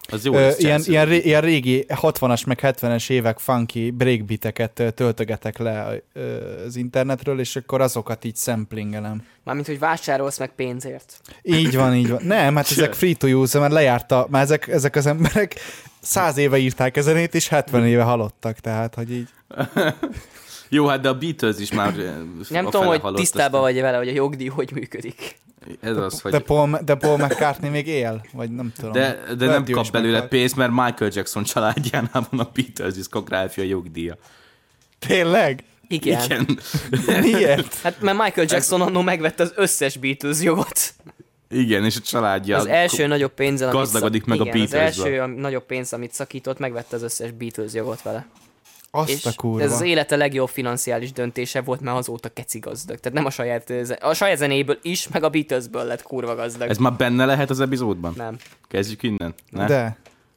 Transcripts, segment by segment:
Az jó lesz, ilyen régi 60-as meg 70-es évek funky breakbeateket töltögetek le az internetről, és akkor azokat így samplingelem. Mármint, hogy vásárolsz meg pénzért. Így van. Nem, hát ezek free to use, mert lejárta, már ezek az emberek 100 éve írták a zenét, és 70 éve halottak, tehát, hogy így. Jó, hát de a Beatles is már nem tudom, hogy tisztában vagy vele, hogy a jogdíj hogy működik. Ez az, hogy... De Paul McCartney még él? Vagy nem tudom. De nem kap belőle pénzt, mert Michael Jackson családjánál van a Beatles diszkográfia jogdíja. Tényleg? Igen. Miért? Hát mert Michael Jackson annól megvette az összes Beatles jogot. Igen, és a családja az első nagyobb pénzzel, gazdagodik meg igen, a Beatles-ből. Az első nagyobb pénz, amit szakított, megvette az összes Beatles jogot vele. Azt és a kurva. Ez az élete legjobb financiális döntése volt, mert azóta keci gazdag. Tehát nem a saját zenéből is, meg a Beatlesből lett kurva gazdag. Ez már benne lehet az epizódban? Nem. Kezdjük innen? Ne? De.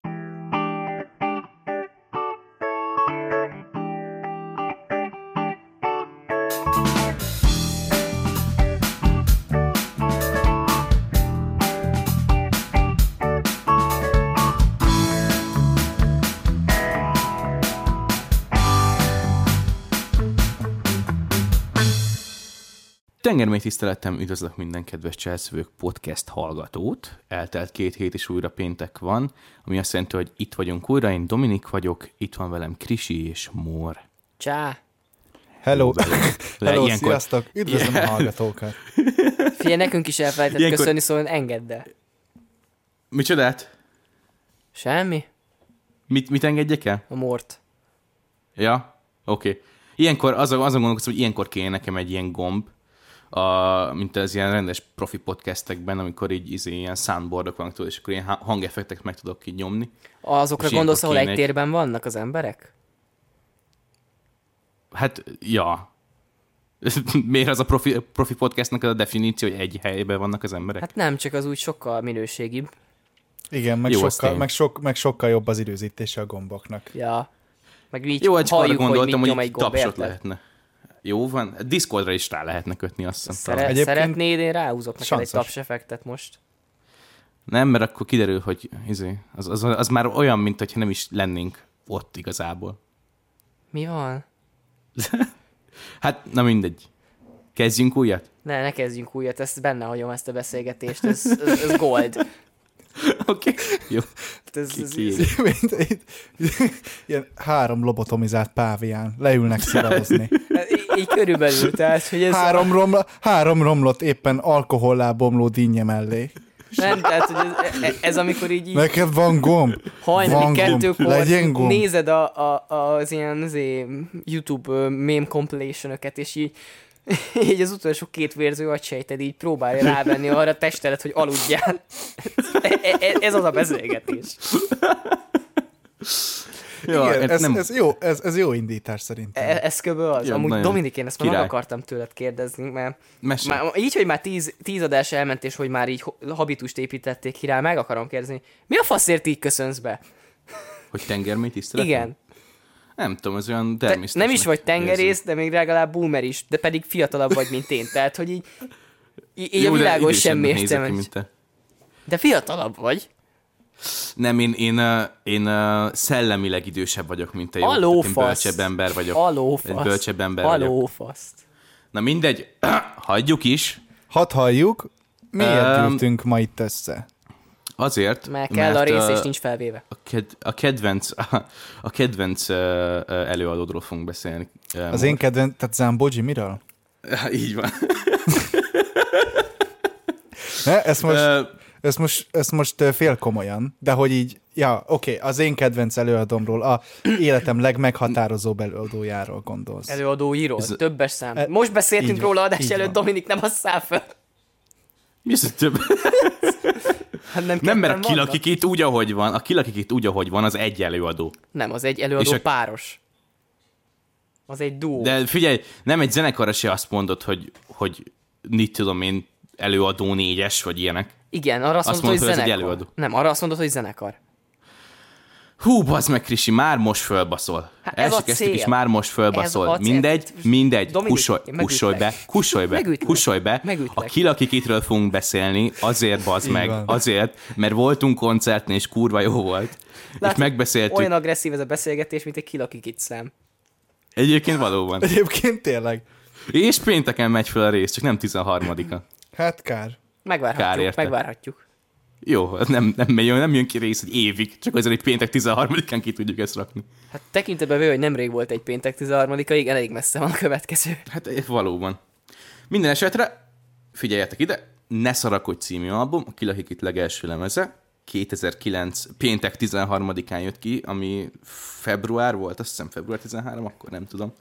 Tengermély tiszteletem, üdvözlök minden kedves cselszövők podcast hallgatót. Eltelt 2 hét és újra péntek van, ami azt jelenti, hogy itt vagyunk újra. Én Dominik vagyok, itt van velem Krisi és Mór. Csá! Hello, sziasztok! Üdvözlöm a hallgatókat! Figyelj, nekünk is elfelejtett köszönni, szóval engedd el. Micsodát? Semmi. Mit engedjek el? A Mórt. Ja? Oké. Ilyenkor azon gondolkozom, hogy ilyenkor kéne nekem egy ilyen gomb, mint az ilyen rendes profi podcastekben, amikor így ilyen soundboardok vannak, és akkor ilyen hangeffektek meg tudok így nyomni. Azokra gondolsz, ahol egy térben vannak az emberek? Hát, ja. Miért az a profi podcastnak a definíció, hogy egy helyben vannak az emberek? Hát nem, csak az úgy sokkal minőségibb. Igen, meg sokkal jobb az időzítése a gomboknak. Ja. Meg így jó, halljuk, gondoltam, hogy egy gomb, tapsot lehetne. Jó van, Discordra is rá lehetne kötni, azt hiszem. Szeretnéd, én ráhúzok neked egy tapseffektet most. Nem, mert akkor kiderül, hogy az már olyan, mint hogyha nem is lennénk ott igazából. Mi van? Hát, na mindegy. Kezdjünk újat? Ne kezdjünk újat, ezt benne hagyom ezt a beszélgetést, ez gold. Oké, jó. Ilyen 3 lobotomizált pávián leülnek szivarozni. Így körülbelül, tehát, hogy ez... 3 romlott éppen alkohollá bomló dinnye mellé. Nem, tehát, hogy ez amikor így... Neked van gomb? Hajnali 2-kor nézed az ilyen YouTube meme compilation-öket, és így az utolsó 2 vérző agysejted így próbálja rávenni arra a testedet, hogy aludjál. Ez az a beszélgetés. Jó, igen, ez jó indítás szerintem. Ez kb. Az. Ja, amúgy Dominik, én ezt már meg akartam tőled kérdezni, mert így, hogy már 10 adás elment, és hogy már így habitust építették ki rá, meg akarom kérdezni, mi a faszért így köszönsz be? Hogy tengermély tiszteletem? Igen. Nem tudom, ez olyan természetes. Nem is vagy tengerész, de még legalább boomer is, de pedig fiatalabb vagy, mint én. Tehát, hogy így jó, a világon semmi értelme. De fiatalabb vagy. Nem, én szellemileg idősebb vagyok, mint te. Én bölcsebb ember vagyok. Alófasz. Bölcsebb ember vagyok. Alófaszt. Na mindegy, hagyjuk is. Hadd halljuk. Miért gyűltünk ma itt össze? Azért, mert kell a rész, és nincs felvéve. A kedvenc előadódról fogunk beszélni. Az én kedvenc, tehát Zambogyi, miről? Így van. Ne, ezt most fél komolyan, de hogy így, ja, oké, az én kedvenc előadomról, a életem legmeghatározóbb előadójáról gondolsz. Előadóiról? Többes szám. Most beszéltünk róla adás előtt, Dominik, nem asszál fel. Mi az, hogy több? Hát nem, mert a kilakik itt úgy, ahogy van. A kilakik itt úgy, ahogy van, az egy előadó. Nem, az egy előadó páros. Az egy duó. De figyelj, nem egy zenekarra se azt mondod, hogy mit tudom én, előadó 4-es, vagy ilyenek. Igen, arra azt mondod, hogy zenekar. Nem, arra azt mondod, hogy zenekar. Hú, bazd meg, Krisi, már most fölbaszol. Hát Elsikezdtük, és már most fölbaszol. Mindegy, kussolj be. A Kilakikitről fogunk beszélni, azért, bazd meg, azért, mert voltunk koncerten, és kurva jó volt. És megbeszéltük. Olyan agresszív ez a beszélgetés, mint egy Kilakikit szám. Egyébként valóban. Egyébként tényleg. És pénteken megy fel a rész, csak nem 13-a. Hát kár. Megvárhatjuk. Jó, nem jön ki rész egy évig, csak azért egy péntek 13-án ki tudjuk ezt rakni. Hát tekintetben vő, hogy nemrég volt egy péntek 13-a, igen, elég messze van a következő. Hát valóban. Minden esetre, figyeljetek ide, Ne szarakodj című album, a Kilakikit legelső lemeze, 2009 péntek 13-án jött ki, ami február volt, azt hiszem február 13, akkor nem tudom.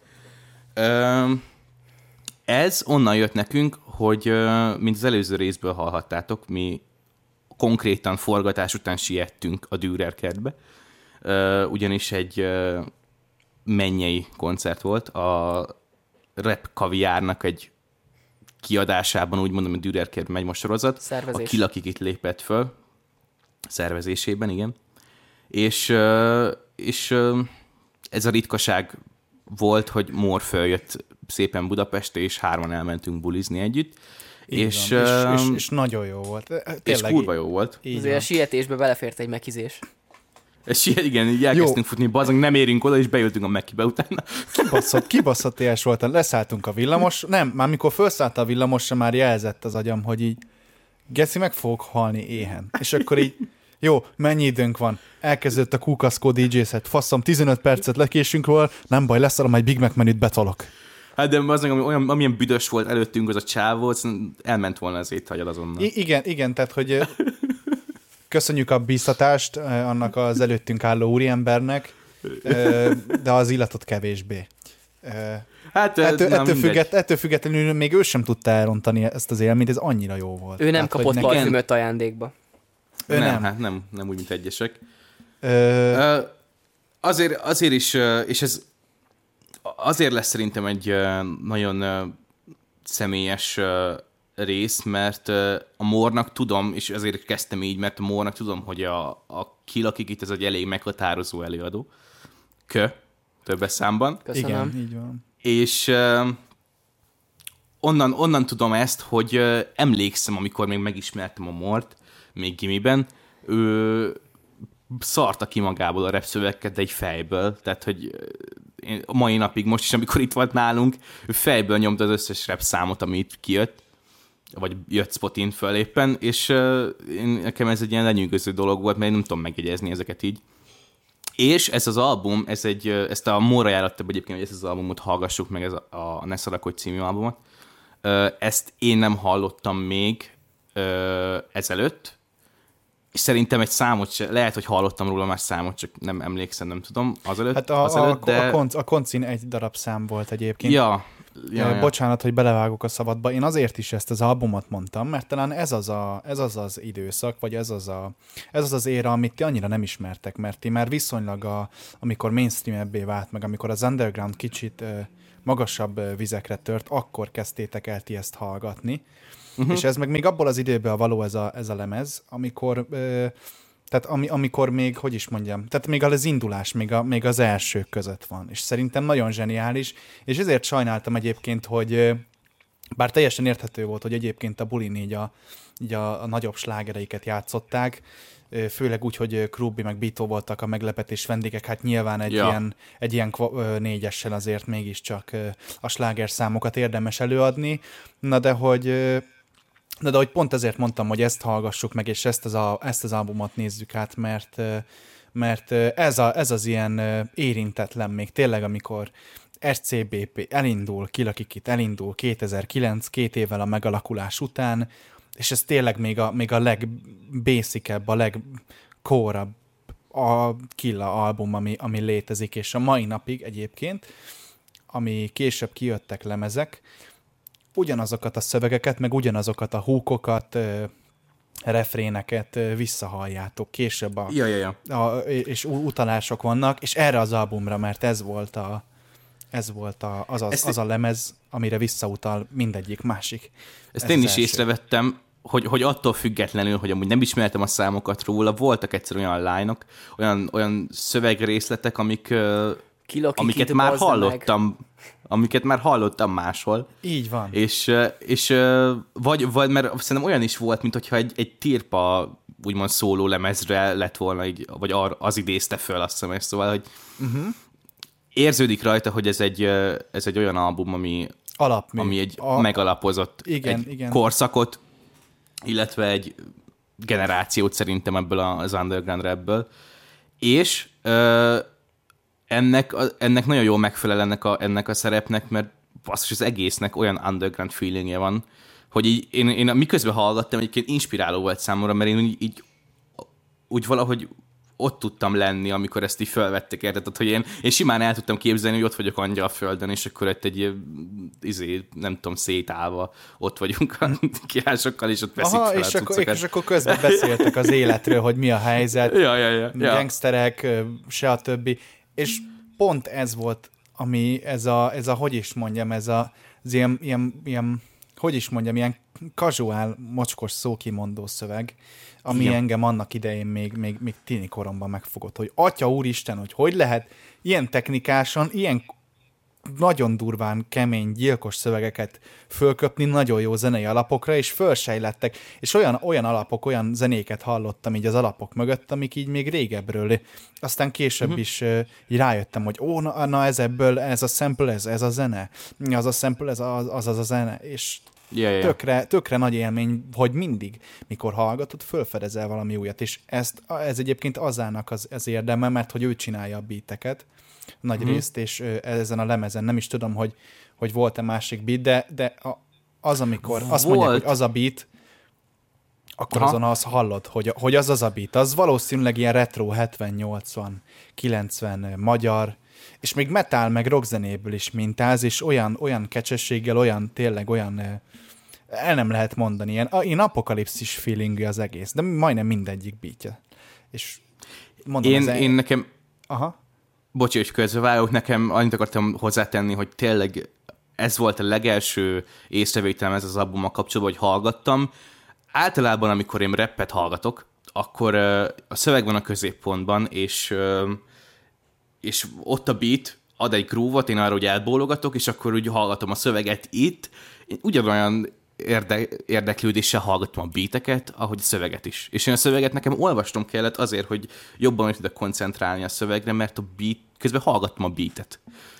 Ez onnan jött nekünk, hogy mint az előző részből hallhattátok, mi konkrétan forgatás után siettünk a Dürer kertbe, ugyanis egy mennyei koncert volt, a Rap Kaviárnak egy kiadásában, úgy mondom, a Dürer kertben megy most sorozat. Szervezés. A Kilakikit lépett föl, szervezésében, igen. És ez a ritkaság volt, hogy Mór följött szépen Budapestre, és 3 elmentünk bulizni együtt. És nagyon jó volt. Tényleg, és kurva jó volt. Azért a sietésbe belefért egy mekizés. Igen, így elkezdtünk futni, bazang, nem érünk oda, és bejöttünk a Mekibe utána. Kibaszott éles volt. Leszálltunk a villamos. Nem, már mikor felszállt a villamosra, már jelzett az agyam, hogy így Geci, meg fogok halni éhen. És akkor így, jó, mennyi időnk van? Elkezdődött a kukaszkó DJ set. Faszom, 15 percet lekésünk róla, nem baj, leszarom, egy Big Mac menüt betolok. Hát de az meg, amilyen büdös volt előttünk az a csávó, elment volna az éthagyal azonnal. Igen, tehát, hogy köszönjük a bíztatást annak az előttünk álló úriembernek, de az illatot kevésbé. Hát ettől függetlenül még ő sem tudta elrontani ezt az élményt, ez annyira jó volt. Ő nem kapott parfümöt ajándékba. Nem úgy, mint egyesek. Azért is, és ez azért lesz szerintem egy nagyon személyes rész, mert a Mórnak tudom, és azért kezdtem így, mert a Mórnak tudom, hogy a Kilakikit ez egy elég meghatározó előadó. Többes számban. Köszönöm. Igen, így van. És onnan tudom ezt, hogy emlékszem, amikor még megismertem a Mórt, még gimiben, ő szarta ki magából a rap szövegeket, de egy fejből, tehát, hogy a mai napig, most is, amikor itt volt nálunk, ő fejből nyomta az összes rap számot, ami itt kijött, vagy jött Spotin föl éppen, és nekem ez egy ilyen lenyűgöző dolog volt, mert én nem tudom megjegyezni ezeket így. És ez az album, ezt a Móra ajánlotta egyébként, hogy ezt az albumot hallgassuk meg, ez a Ne szarakodj című albumot. Ezt én nem hallottam még ezelőtt, és szerintem egy számot lehet, hogy hallottam róla más számot, csak nem emlékszem, nem tudom, azelőtt. Hát a koncin egy darab szám volt egyébként. Ja. Bocsánat, hogy belevágok a szabadba. Én azért is ezt az albumot mondtam, mert talán ez az az időszak, vagy ez az az éra, amit ti annyira nem ismertek, mert ti már viszonylag, amikor mainstream-ebbé vált, meg amikor az underground kicsit magasabb vizekre tört, akkor kezdtétek el ti ezt hallgatni. Uh-huh. És ez meg még abból az időből való ez a lemez, amikor... Tehát amikor még, hogy is mondjam, tehát még az indulás, még az elsők között van. És szerintem nagyon zseniális, és ezért sajnáltam egyébként, hogy bár teljesen érthető volt, hogy egyébként a Bulin így a nagyobb slágereiket játszották, főleg úgy, hogy Krúbi meg Bito voltak a meglepetés vendégek, hát nyilván egy ilyen 4-essel azért mégiscsak a slágerszámokat érdemes előadni, de hogy pont ezért mondtam, hogy ezt hallgassuk meg, és ezt az albumot nézzük át, mert ez az ilyen érintetlen még tényleg, amikor RCBP elindul, Kilakikit elindul 2009, 2 évvel a megalakulás után, és ez tényleg még a legbasicebb, a legkórabb a Killa album, ami létezik, és a mai napig egyébként, ami később kijöttek lemezek, ugyanazokat a szövegeket, meg ugyanazokat a húkokat, refréneket visszahalljátok később, és utalások vannak, és erre az albumra, mert ez volt az a lemez, amire visszautal mindegyik másik. Ezt én is észrevettem, hogy attól függetlenül, hogy amúgy nem ismertem a számokat róla, voltak egyszer olyan line-ok, olyan szövegrészletek, amiket már hallottam, amiket már hallottam máshol. Így van. És vagy mert szerintem olyan is volt, mint hogyha egy tirpa úgymond szóló lemezre lett volna, így, vagy az idézte föl, azt hiszem, szóval, hogy érződik rajta, hogy ez egy olyan album, ami megalapozott egy korszakot, illetve egy generációt szerintem ebből az underground rapből. És ennek nagyon jól megfelel ennek a szerepnek, mert basszus, az egésznek olyan underground feelingje van, hogy így én miközben hallgattam, egyébként inspiráló volt számomra, mert én így úgy valahogy ott tudtam lenni, amikor ezt így felvettek, érted? Hogy én simán el tudtam képzelni, hogy ott vagyok Angyalföldön, és akkor ott egy nem tudom, szétálva ott vagyunk a kirásokkal, és ott veszik fel a cuccokat. És akkor közben beszéltek az életről, hogy mi a helyzet, gangsterek, se a többi, és pont ez volt, ami ez a hogy is mondjam, ez az ilyen hogy is mondjam, ilyen casual, mocskos szókimondó szöveg, ami engem annak idején még tini koromban megfogott, hogy atya úristen, hogy lehet ilyen technikásan, ilyen nagyon durván, kemény, gyilkos szövegeket fölköpni nagyon jó zenei alapokra, és fölsejlettek, és olyan alapok, olyan zenéket hallottam így az alapok mögött, amik így még régebről. Aztán később is így rájöttem, hogy na ez ebből, ez a sample, ez a zene, az a sample, ez az a zene, és tökre nagy élmény, hogy mindig, mikor hallgatod, fölfedezel valami újat, és ez egyébként Azának az érdeme, mert hogy ő csinálja a beateket nagy részt, és ezen a lemezen nem is tudom, hogy volt-e másik beat, de az, amikor azt mondják, hogy az a beat, akkor azon azt hallod, hogy az a beat, az valószínűleg ilyen retro 70-80-90 magyar, és még metal, meg rockzenéből is mintáz, és olyan kecsességgel, tényleg olyan el nem lehet mondani, ilyen apokalipszis feelingű az egész, de majdnem mindegyik beatja. És mondom, nekem... Aha. Bocsi, hogy közbevágok, nekem annyit akartam hozzátenni, hogy tényleg ez volt a legelső észrevételem ez az albummal kapcsolatban, hogy hallgattam. Általában, amikor én rappet hallgatok, akkor a szöveg van a középpontban, és ott a beat ad egy groove-ot, én arra úgy elbólogatok, és akkor úgy hallgatom a szöveget itt. Én ugyanolyan érdeklődéssel hallgattam a beateket, ahogy a szöveget is. És én a szöveget nekem olvasnom kellett azért, hogy jobban tudok koncentrálni a szövegre, mert a beat, közben hallgattam a beatet.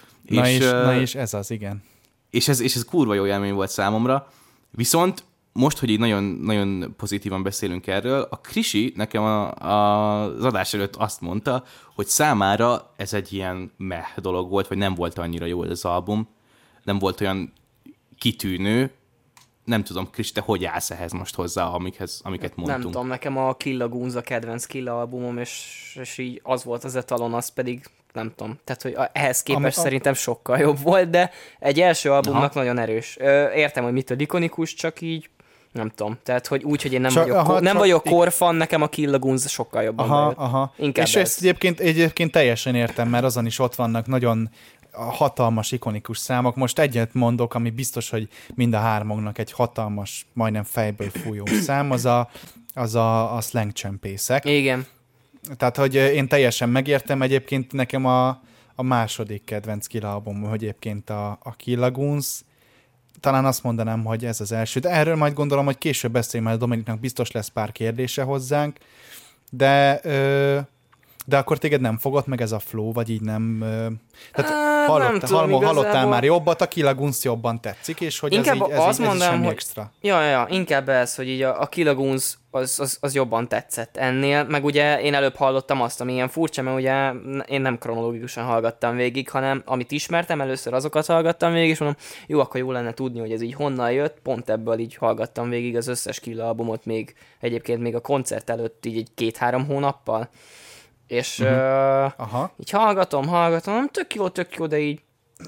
És ez az, igen. És ez kurva jó élmény volt számomra. Viszont most, hogy így nagyon, nagyon pozitívan beszélünk erről, a Krisi nekem az adás előtt azt mondta, hogy számára ez egy ilyen dolog volt, vagy nem volt annyira jó az album, nem volt olyan kitűnő. Nem tudom, Kris, te hogy állsz ehhez most hozzá, amiket mondtunk? Nem tudom, nekem a Killa Guns a kedvenc Killa albumom, és így az volt az etalon, az pedig nem tudom. Tehát, hogy ehhez képest szerintem sokkal jobb volt, de egy első albumnak nagyon erős. Értem, hogy mitől ikonikus, csak így nem tudom. Tehát, hogy úgy, hogy én nem vagyok korfan, nekem a Killa Guns sokkal jobban bejött. Inkább és ezt egyébként teljesen értem, mert azon is ott vannak nagyon hatalmas, ikonikus számok. Most egyet mondok, ami biztos, hogy mind a hármónknak egy hatalmas, majdnem fejből fújó szám, az a szlengcsempészek. Igen. Tehát, hogy én teljesen megértem, egyébként nekem a második kedvenc Killa album, hogy egyébként a Killa Guns. Talán azt mondanám, hogy ez az első, de erről majd gondolom, hogy később beszélünk, mert Dominiknak biztos lesz pár kérdése hozzánk, de akkor téged nem fogott meg ez a flow, vagy így nem... Tehát hallottál már jobbat, a Killa Guns jobban tetszik, és hogy inkább ez semmi extra. Ja, inkább ez, hogy így a Killa Guns az jobban tetszett ennél, meg ugye én előbb hallottam azt, ami ilyen furcsa, mert ugye én nem kronológikusan hallgattam végig, hanem amit ismertem, először azokat hallgattam végig, és mondom, jó, akkor jó lenne tudni, hogy ez így honnan jött, pont ebből így hallgattam végig az összes Killa albumot egyébként még a koncert előtt így egy 2-3 hónappal. És így hallgatom, tök jó, de így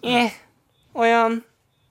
olyan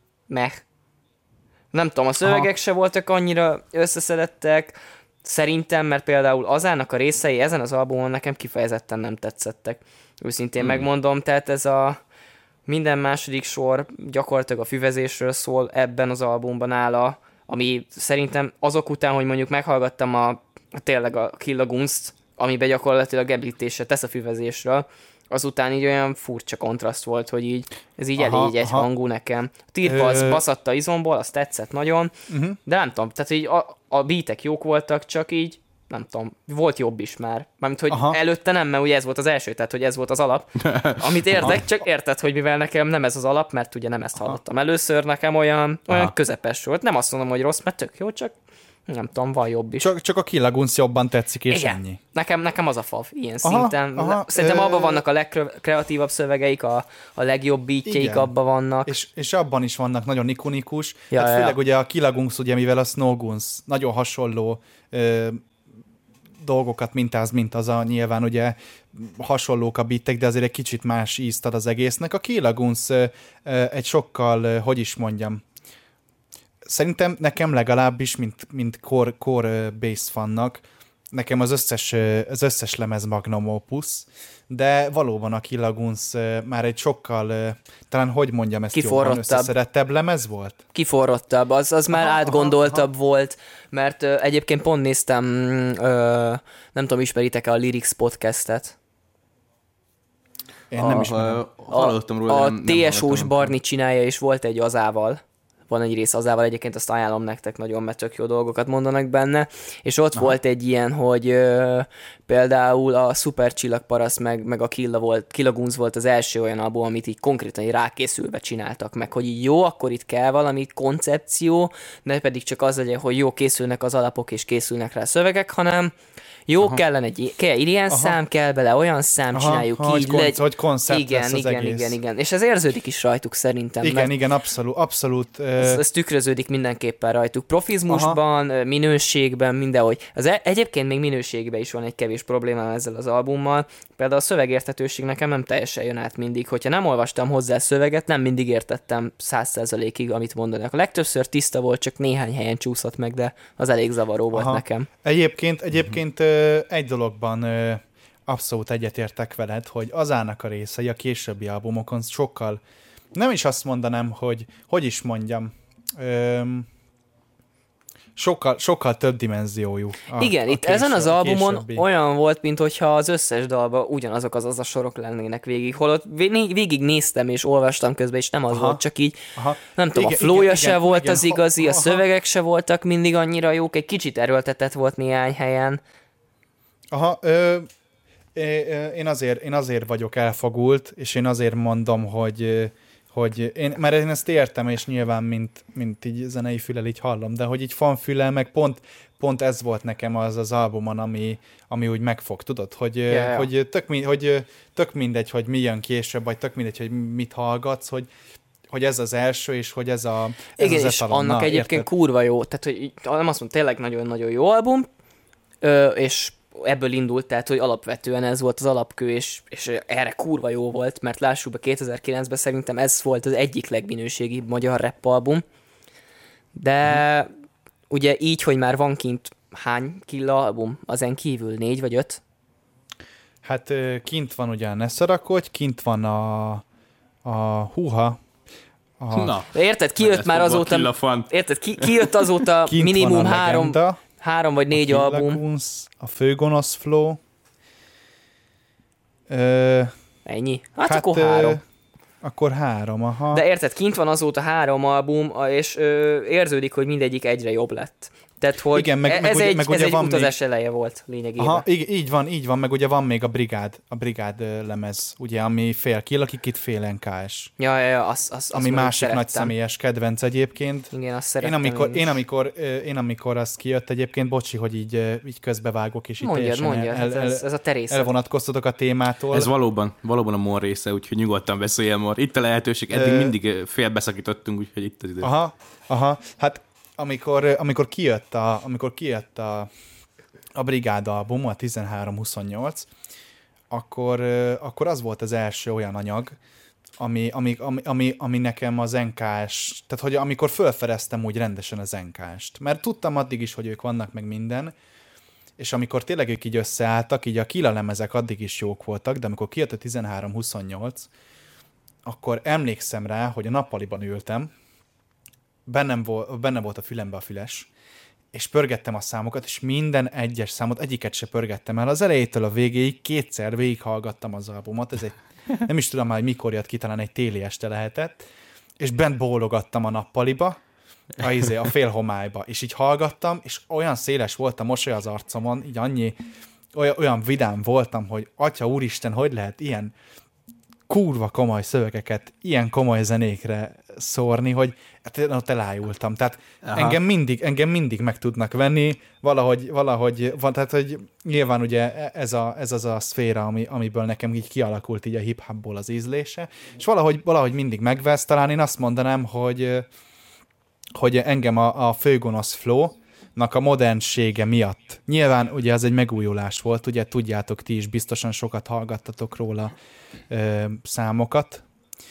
Nem tudom, a szövegek se voltak annyira összeszedettek, szerintem, mert például Azának a részei ezen az albumon nekem kifejezetten nem tetszettek. Őszintén megmondom, tehát ez a minden második sor gyakorlatilag a füvezésről szól, ebben az albumban áll a ami szerintem azok után, hogy mondjuk meghallgattam tényleg a Kill a Gunst, amiben gyakorlatilag említése tesz a füvezésről, azután így olyan furcsa kontraszt volt, hogy így ez így elég egyhangú nekem. A Tirpa az baszatta izomból, az tetszett nagyon, de nem tudom, tehát így a beatek jók voltak, csak így nem tudom, volt jobb is már. Mármint, hogy előtte nem, mert ugye ez volt az első, tehát hogy ez volt az alap. Amit értek, csak érted, hogy mivel nekem nem ez az alap, mert ugye nem ezt hallottam először, nekem olyan közepes volt. Nem azt mondom, hogy rossz, mert tök jó, csak nem tudom, van jobb is. Csak a Kill a Gunst jobban tetszik, és igen. ennyi. Nekem az a fav, ilyen szinten. Szerintem abban vannak a legkreatívabb szövegeik, a legjobb beatjeik abban vannak. És abban is vannak nagyon ikonikus. Hát főleg ugye a Kill a Gunst, ugye, mivel a Snow Guns nagyon hasonló dolgokat mint az a nyilván ugye hasonlók a beatek, de azért egy kicsit más ízt ad az egésznek. A Kill a Gunst egy sokkal, hogy is mondjam, szerintem nekem legalábbis, mint core bass fannak, nekem az összes lemez magnum opus, de valóban a Kill a Gunst már egy sokkal, talán hogy mondjam ezt jobban, összeszerettebb lemez volt? Kiforrottabb, az már átgondoltabb volt, mert egyébként pont néztem, nem tudom, ismeritek-e a Lyrics podcastet? Én nem ismerem. Hallottam róla, a TSO-s Barni csinálja, és volt egy azával. Van egy rész azával, egyébként azt ajánlom nektek nagyon, mert tök jó dolgokat mondanak benne, és ott volt egy ilyen, hogy például a Super Csillagparaszt meg a Kill a Gunst volt az első olyan album, amit így konkrétan így rákészülve csináltak meg, hogy így jó, akkor itt kell valami koncepció, ne pedig csak az legyen, hogy jó, készülnek az alapok és készülnek rá szövegek, hanem jó, kell ilyen szám, kell bele olyan szám, csináljuk így. Hogy koncept lesz az egész. Igen. És ez érződik is rajtuk szerintem. Igen, abszolút. Ez tükröződik mindenképpen rajtuk. Profizmusban, minőségben, mindenhogy. Egyébként még minőségben is van egy kevés problémám ezzel az albummal. Például a szövegérthetőség nekem nem teljesen jön át mindig. Hogyha nem olvastam hozzá szöveget, nem mindig értettem 100%-ig, amit mondanak. A legtöbbször tiszta volt, csak néhány helyen csúszott meg, de az elég zavaró volt nekem. Egyébként egy dologban abszolút egyetértek veled, hogy azának a részei a későbbi albumokon sokkal, nem is azt mondanám, hogy is mondjam, sokkal több dimenziójú. Igen, itt ezen az albumon olyan volt, mintha az összes dalban ugyanazok az sorok lennének végig, holott végig néztem és olvastam közben, és nem az volt, csak így, nem tudom, a flowja se volt az igazi, a szövegek se voltak mindig annyira jók, egy kicsit erőltetett volt néhány helyen. Én azért vagyok elfogult, és én azért mondom, hogy mert én ezt értem, és nyilván, mint így zenei fülel így hallom, de hogy így fanfüllel, meg pont ez volt nekem az albumon, ami úgy megfog, tudod? Hogy tök mindegy, hogy mi jön később, vagy tök mindegy, hogy mit hallgatsz, hogy ez az első, és hogy ez az igen, és annak egyébként kurva jó, tehát hogy nem azt mondom, tényleg nagyon-nagyon jó album, és ebből indult, tehát, hogy alapvetően ez volt az alapkő, és erre kurva jó volt, mert lássuk be, 2009-ben szerintem ez volt az egyik legminőségibb magyar rap album, de ugye így, hogy már van kint hány Killa album, azen kívül 4 vagy 5? Hát kint van ugye a Ne Szarakodj, kint van a Húha. Na. De érted, kijött már azóta, kijött azóta minimum 3 vagy 4 album. A Főgonosz Flow. Ennyi? Hát akkor 3. Akkor 3, aha. De érted, kint van azóta 3 album, és érződik, hogy mindegyik egyre jobb lett. Tehát, hogy igen, ez egy utazás eleje volt lényegében. Aha, így van, meg ugye van még a Brigád lemez, ugye, ami fél Killakikit, fél NKS. Ja, azt ami másik szerettem. Nagy személyes kedvenc egyébként. Igen, azt szerettem én amikor az kijött egyébként, bocsi, hogy így közbevágok, és így mondjad, ez a te részed. Elvonatkoztatok a témától. Ez valóban a Mor része, úgyhogy nyugodtan beszéljen, Mor. Itt a lehetőség, eddig mindig félbeszakítottunk, úgyhogy itt az idő. Aha, hát amikor kijött a Brigád album, a 13-28, akkor az volt az első olyan anyag, ami nekem az NKS, tehát hogy amikor fölfedeztem úgy rendesen az NKS-t, mert tudtam addig is, hogy ők vannak meg minden, és amikor tényleg ők így összeálltak, így a Killa lemezek addig is jók voltak, de amikor kijött a 13-28, akkor emlékszem rá, hogy a nappaliban ültem, benne volt a fülembe a füles, és pörgettem a számokat, és minden egyes számot, egyiket se pörgettem el. Az elejétől a végéig 2-szer végighallgattam az albumot, ez egy, nem is tudom már, hogy mikor jött ki, talán egy téli este lehetett, és bent bólogattam a nappaliba, a félhomályba, és így hallgattam, és olyan széles volt a mosoly az arcomon, így olyan vidám voltam, hogy atya úristen, hogy lehet ilyen kurva komoly szövegeket ilyen komoly zenékre szórni, hogy ott elájultam. Tehát engem mindig meg tudnak venni, valahogy tehát, hogy nyilván ugye ez az a szféra, amiből nekem így kialakult így a hip-hopból az ízlése, és valahogy mindig megvesz. Talán én azt mondanám, hogy engem a főgonosz flow-nak a modernsége miatt. Nyilván ugye az egy megújulás volt, ugye tudjátok, ti is biztosan sokat hallgattatok róla számokat.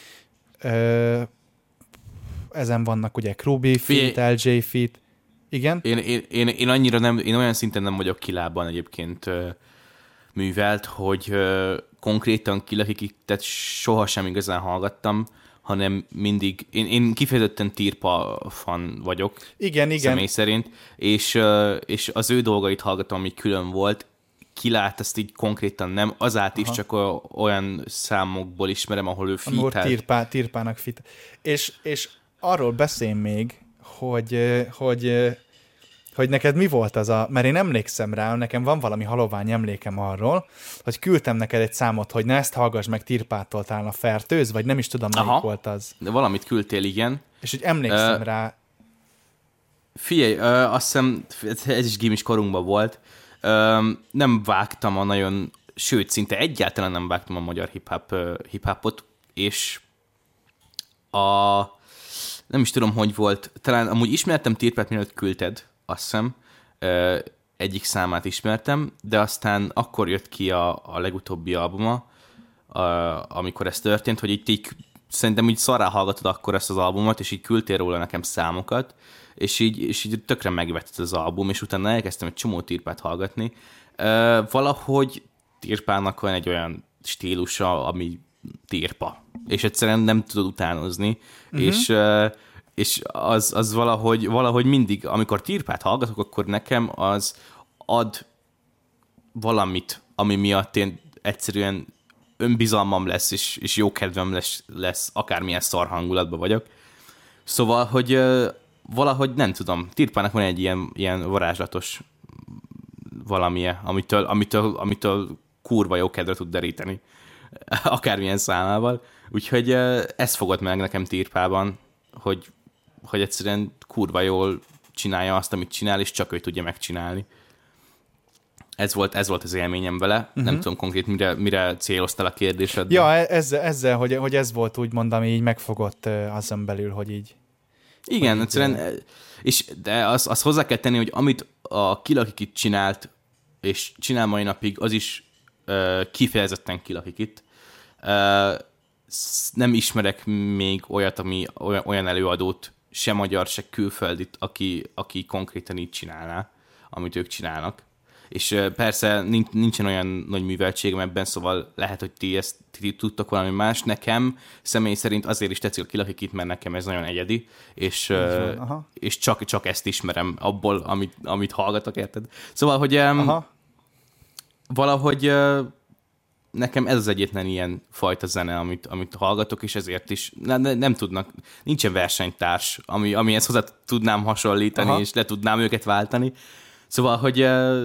Ezen vannak ugye Krubi feat, LJ feat. Igen? Én annyira nem, én olyan szinten nem vagyok kilában egyébként művelt, hogy konkrétan Killakitet sohasem igazán hallgattam, hanem mindig, én kifejezetten Tirpa fan vagyok. Igen. Személy szerint, és az ő dolgait hallgatom, ami külön volt. Kilát, ezt így konkrétan nem, azát is csak olyan számokból ismerem, ahol ő feat-el. Tirpának feat. És arról beszélj még, hogy neked mi volt az mert én emlékszem rá, nekem van valami halovány emlékem arról, hogy küldtem neked egy számot, hogy ne ezt hallgass meg Tirpától, talán a Fertőz, vagy nem is tudom, melyik volt az. De valamit küldtél, igen. És hogy emlékszem rá. Figyelj, azt hiszem, ez is gimis korunkban volt, nem vágtam a nagyon, sőt, szinte egyáltalán nem vágtam a magyar hip-hopot, és nem is tudom, hogy volt, talán amúgy ismertem Tirpát, mielőtt küldted, azt hiszem, egyik számát ismertem, de aztán akkor jött ki a legutóbbi albuma, amikor ez történt, hogy így szerintem így szarrá hallgatod akkor ezt az albumot, és így küldtél róla nekem számokat, és így tökre megvetett az album, és utána elkezdtem egy csomó Tirpát hallgatni. Valahogy Tirpának van egy olyan stílusa, ami Tirpa, és egyszerűen nem tudod utánozni, és az valahogy mindig, amikor Tirpát hallgatok, akkor nekem az ad valamit, ami miatt én egyszerűen önbizalmam lesz, és jó kedvem lesz, akármilyen szar hangulatban vagyok. Szóval, hogy valahogy nem tudom, Tirpának van egy ilyen varázslatos valamije, amitől kurva jó kedve tud deríteni, akármilyen számával. Úgyhogy ez fogott meg nekem Tirpában, hogy egyszerűen kurva jól csinálja azt, amit csinál, és csak ő tudja megcsinálni. Ez volt az élményem vele. Nem tudom konkrét, mire céloztál a kérdésed. Ja, ezzel hogy ez volt úgymond, ami így megfogott azon belül, hogy így... Igen, hogy egyszerűen, de azt hozzá kell tenni, hogy amit a Killakikit csinált, és csinál mai napig, az is kifejezetten Killakikit. Nem ismerek még olyat, olyan előadót, se magyar, se külföldit, aki konkrétan így csinálná, amit ők csinálnak. És persze nincsen olyan nagy műveltségem ebben, szóval lehet, hogy ti tudtok valami más. Nekem személy szerint azért is tetszik a Killakikit, mert nekem ez nagyon egyedi, és csak ezt ismerem abból, amit hallgatok, érted? Szóval, hogy valahogy nekem ez az egyetlen ilyen fajta zene, amit hallgatok, és ezért is nem tudnak, nincsen versenytárs, amihez hozzá tudnám hasonlítani, és le tudnám őket váltani. Szóval, hogy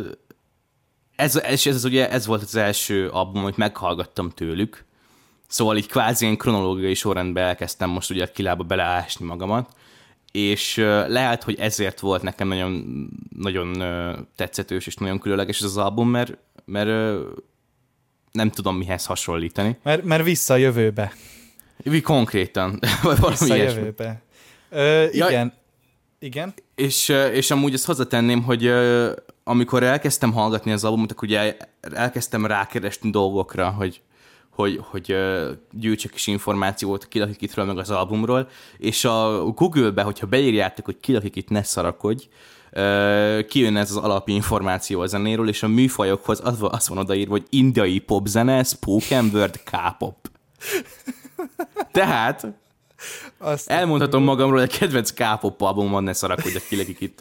ez volt az első album, amit meghallgattam tőlük, szóval így kvázi ilyen kronológiai sorrendben elkezdtem most ugye a Killába beleásni magamat, és lehet, hogy ezért volt nekem nagyon, nagyon tetszetős és nagyon különleges ez az album, mert nem tudom mihez hasonlítani. Mert vissza a jövőbe. Konkrétan. Vissza a jövőbe. Igen. Igen. És amúgy ezt hozzátenném, hogy amikor elkezdtem hallgatni az albumot, akkor ugye elkezdtem rákeresni dolgokra, hogy gyűjtsek is információt a Killakikitről meg az albumról, és a Google-be, hogyha beírjátok, hogy Killakikit ne szarakodj, kijön ez az alapi információ a zenéről, és a műfajokhoz az van odaírva, hogy indiai popzene, spoken word, K-pop. Tehát Elmondhatom magamról, hogy a kedvenc K-pop album van, ne szarakodjak ki lekik itt.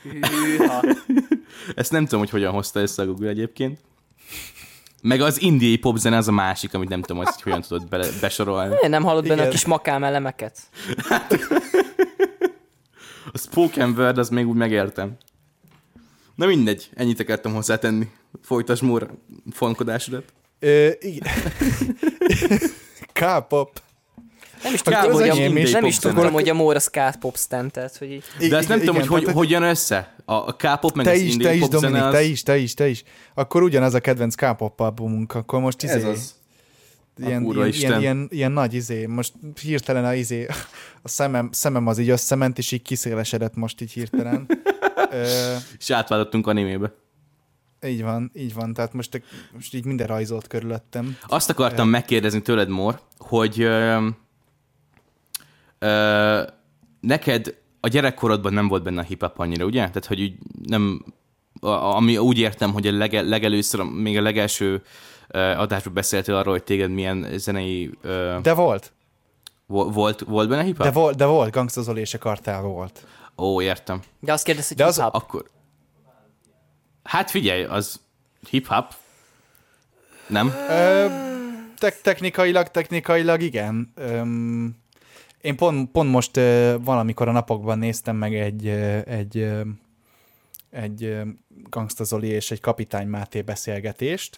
Ezt nem tudom, hogy hogyan hozta össze a Google egyébként. Meg az indiai popzene az a másik, amit nem tudom, hogy hogyan tudod besorolni. Én nem hallod benne a kis makám elemeket? A spoken word, az még úgy megértem. Na mindegy, ennyit akartam hozzátenni. Folytasd Móra fonkodásodat. Igen. K-pop. Nem is tudtam, hogy a Móra K-pop stand, tehát, hogy így... De ezt nem tudom, hogy hogyan össze. A K-pop meg az indiai pop zene az... Te is. Akkor ugyanaz a kedvenc K-pop albumunk, akkor most Ez az. Ilyen nagy most hirtelen a szemem az így összement, és így kiszélesedett most így hirtelen. És átváltottunk animébe. Így van, tehát most így minden rajzolt körülöttem. Azt akartam megkérdezni tőled, Mór, hogy neked a gyerekkorodban nem volt benne a hip-hop annyira, ugye? Tehát, hogy úgy nem, ami úgy értem, hogy a legelőször, még a legelső adásban beszéltél arról, hogy téged milyen zenei... De volt. Volt benne hip-hop? De volt, Gangsta Zoli és a Kartál volt. Ó, értem. De azt kérdez, hogy hip-hop. Akkor... Hát figyelj, az hip-hop, nem? Technikailag igen. Én pont most valamikor a napokban néztem meg egy Gangsta Zoli és egy Kapitány Máté beszélgetést,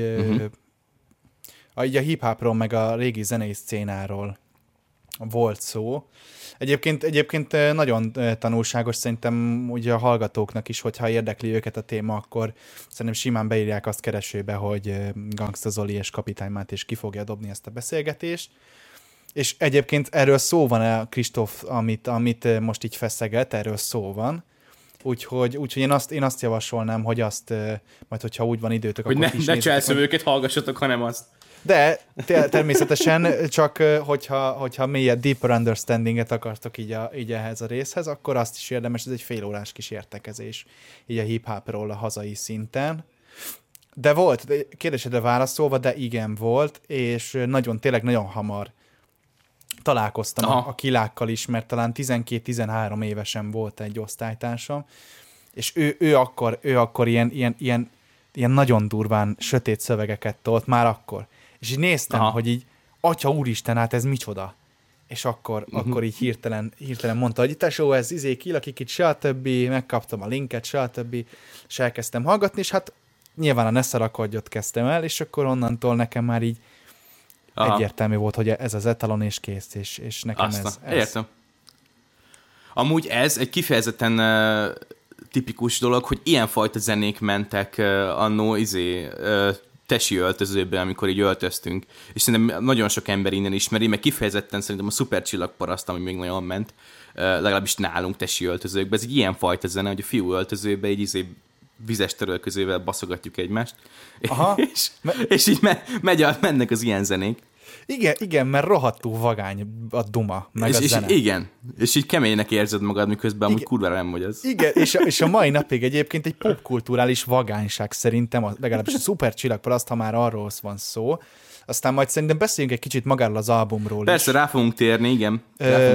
a hip-hopról meg a régi zenei szcénáról volt szó. Egyébként nagyon tanulságos szerintem ugye a hallgatóknak is, hogyha érdekli őket a téma, akkor szerintem simán beírják azt keresőbe, hogy Gangsta Zoli és Kapitány Máté, és ki fogja dobni ezt a beszélgetést. És egyébként erről szó van, Kristóf, amit most így feszeget, erről szó van. Úgyhogy én azt javasolnám, hogy azt, majd hogyha úgy van időtök, hogy akkor ne cselszövőket hallgassatok, hanem azt. De természetesen csak hogyha mélyebb, deeper understandinget akartok így ehhez a részhez, akkor azt is érdemes, ez egy félórás kis értekezés így a hip-hopról a hazai szinten. De volt, kérdésedre válaszolva, de igen volt, és tényleg nagyon hamar találkoztam a kilákkal is, mert talán 12-13 évesen volt egy osztálytársam, és ő akkor ilyen nagyon durván sötét szövegeket tolt már akkor. És így néztem, hogy így, atya úristen, hát ez micsoda. És akkor így hirtelen mondta, hogy tesó, ez kilakik itt, stb. Megkaptam a linket, stb. És elkezdtem hallgatni, és hát nyilván a Ne szarakodjot kezdtem el, és akkor onnantól nekem már így egyértelmű volt, hogy ez az etalon, és kész, és nekem ez. Értem. Amúgy ez egy kifejezetten tipikus dolog, hogy ilyenfajta zenék mentek annó tesi öltözőben, amikor így öltöztünk. És szerintem nagyon sok ember innen ismeri, meg kifejezetten szerintem a Szupercsillagparaszt, ami még nagyon ment, legalábbis nálunk tesi öltözőkben. Ez egy ilyenfajta zene, hogy a fiú öltözőben így vizes törölközővel baszogatjuk egymást. És így mennek az ilyen zenék. Igen, mert rohadtul vagány a duma, meg a zene. Igen, és így keménynek érzed magad, miközben amúgy kurvára nem vagy az. Igen, és a mai napig egyébként egy popkulturális vagányság szerintem, legalábbis a Szupercsillagparaszt, ha már arról van szó. Aztán majd szerintem beszéljünk egy kicsit magáról az albumról. Persze, is. Rá fogunk térni, igen.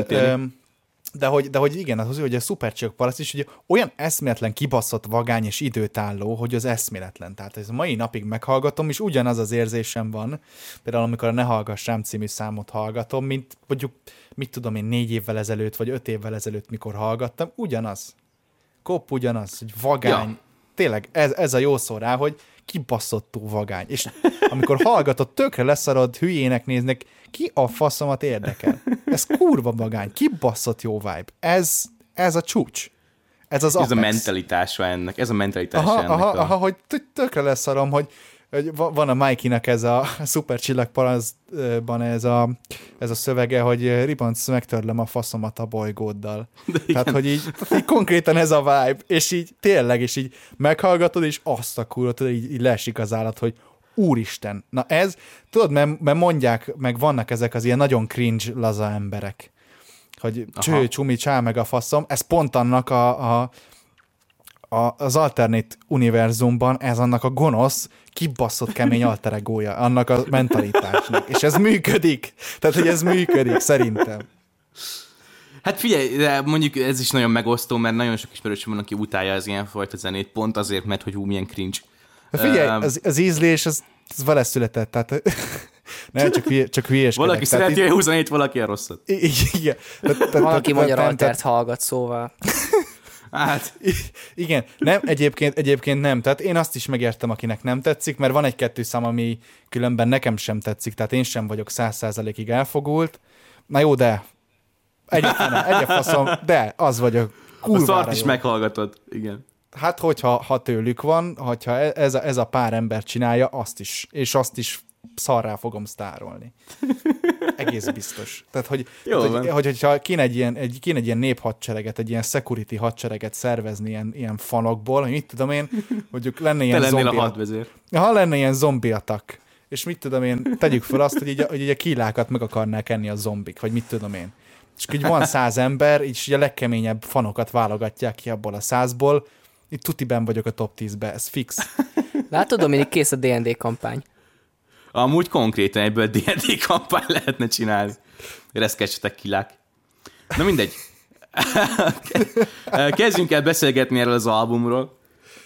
De hogy igen, az, hogy a Szupercsillagparaszt is hogy olyan eszméletlen kibaszott vagány és időtálló, hogy az eszméletlen. Tehát ez a mai napig meghallgatom, és ugyanaz az érzésem van, például amikor a Ne hallgass rám című számot hallgatom, mint mondjuk, mit tudom én, 4 évvel ezelőtt, vagy 5 évvel ezelőtt, mikor hallgattam, ugyanaz. Kopp ugyanaz, hogy vagány. Ja. Tényleg, ez a jó szó rá, hogy kibaszottul vagány. És amikor hallgatod, tökre leszarod, hülyének néznek, ki a faszomat érdekel? Ez kurva vagány, kibaszott jó vibe. Ez a csúcs. Ez az Apex. Ez a mentalitása ennek. Aha, hogy tökre leszarom, hogy van a Mikey-nak ez a Szupercsillagparasztban ez a szövege, hogy ribanc, megtörlöm a faszomat a bolygóddal. Tehát, hogy így konkrétan ez a vibe, és így tényleg, és így meghallgatod, és azt a kurva, így leesik az állat, hogy úristen. Na ez, tudod, mert mondják, meg vannak ezek az ilyen nagyon cringe laza emberek, hogy cső, csumi, csá, meg a faszom, ez pont annak az alternate univerzumban ez annak a gonosz, kibaszott kemény alter egója, annak a mentalitásnak. És ez működik. Tehát, hogy ez működik, szerintem. Hát figyelj, de mondjuk ez is nagyon megosztó, mert nagyon sok ismerősöm van, aki utálja az ilyenfajta zenét, pont azért, mert hogy milyen cringe. Figyelj, az ízlés, az vele született, tehát nem, csak hülyeskedek. Valaki szereti a 27, valaki a rosszat. Igen. Valaki magyar altert hallgat, szóval. Hát. Igen, nem, egyébként nem. Tehát én azt is megértem, akinek nem tetszik, mert van egy-kettő szám, ami különben nekem sem tetszik, tehát én sem vagyok 100%-ig elfogult. Na jó, de egy faszom, de az vagyok. A szart is meghallgatod, igen. Hát, hogyha tőlük van, hogyha ez a pár ember csinálja, azt is szarrá fogom sztárolni. Egész biztos. Tehát, hogyha kéne egy ilyen néphadsereget, egy ilyen security hadsereget szervezni ilyen fanokból, hogy mit tudom én, mondjuk lenne ilyen zombi. A hadvezér. Ha lenne ilyen zombi attack, és mit tudom én, tegyük fel azt, hogy így a kílákat meg akarnák enni a zombik, vagy mit tudom én. És így van 100 ember, így a legkeményebb fanokat válogatják ki abból a 100-ból, itt tutiben vagyok a top 10-be, ez fix. Látod, Dominik, kész a D&D kampány. Amúgy konkrétan ebből D&D kampány lehetne csinálni. Reszkessetek kilák. Na mindegy. Kezdjünk el beszélgetni erről az albumról.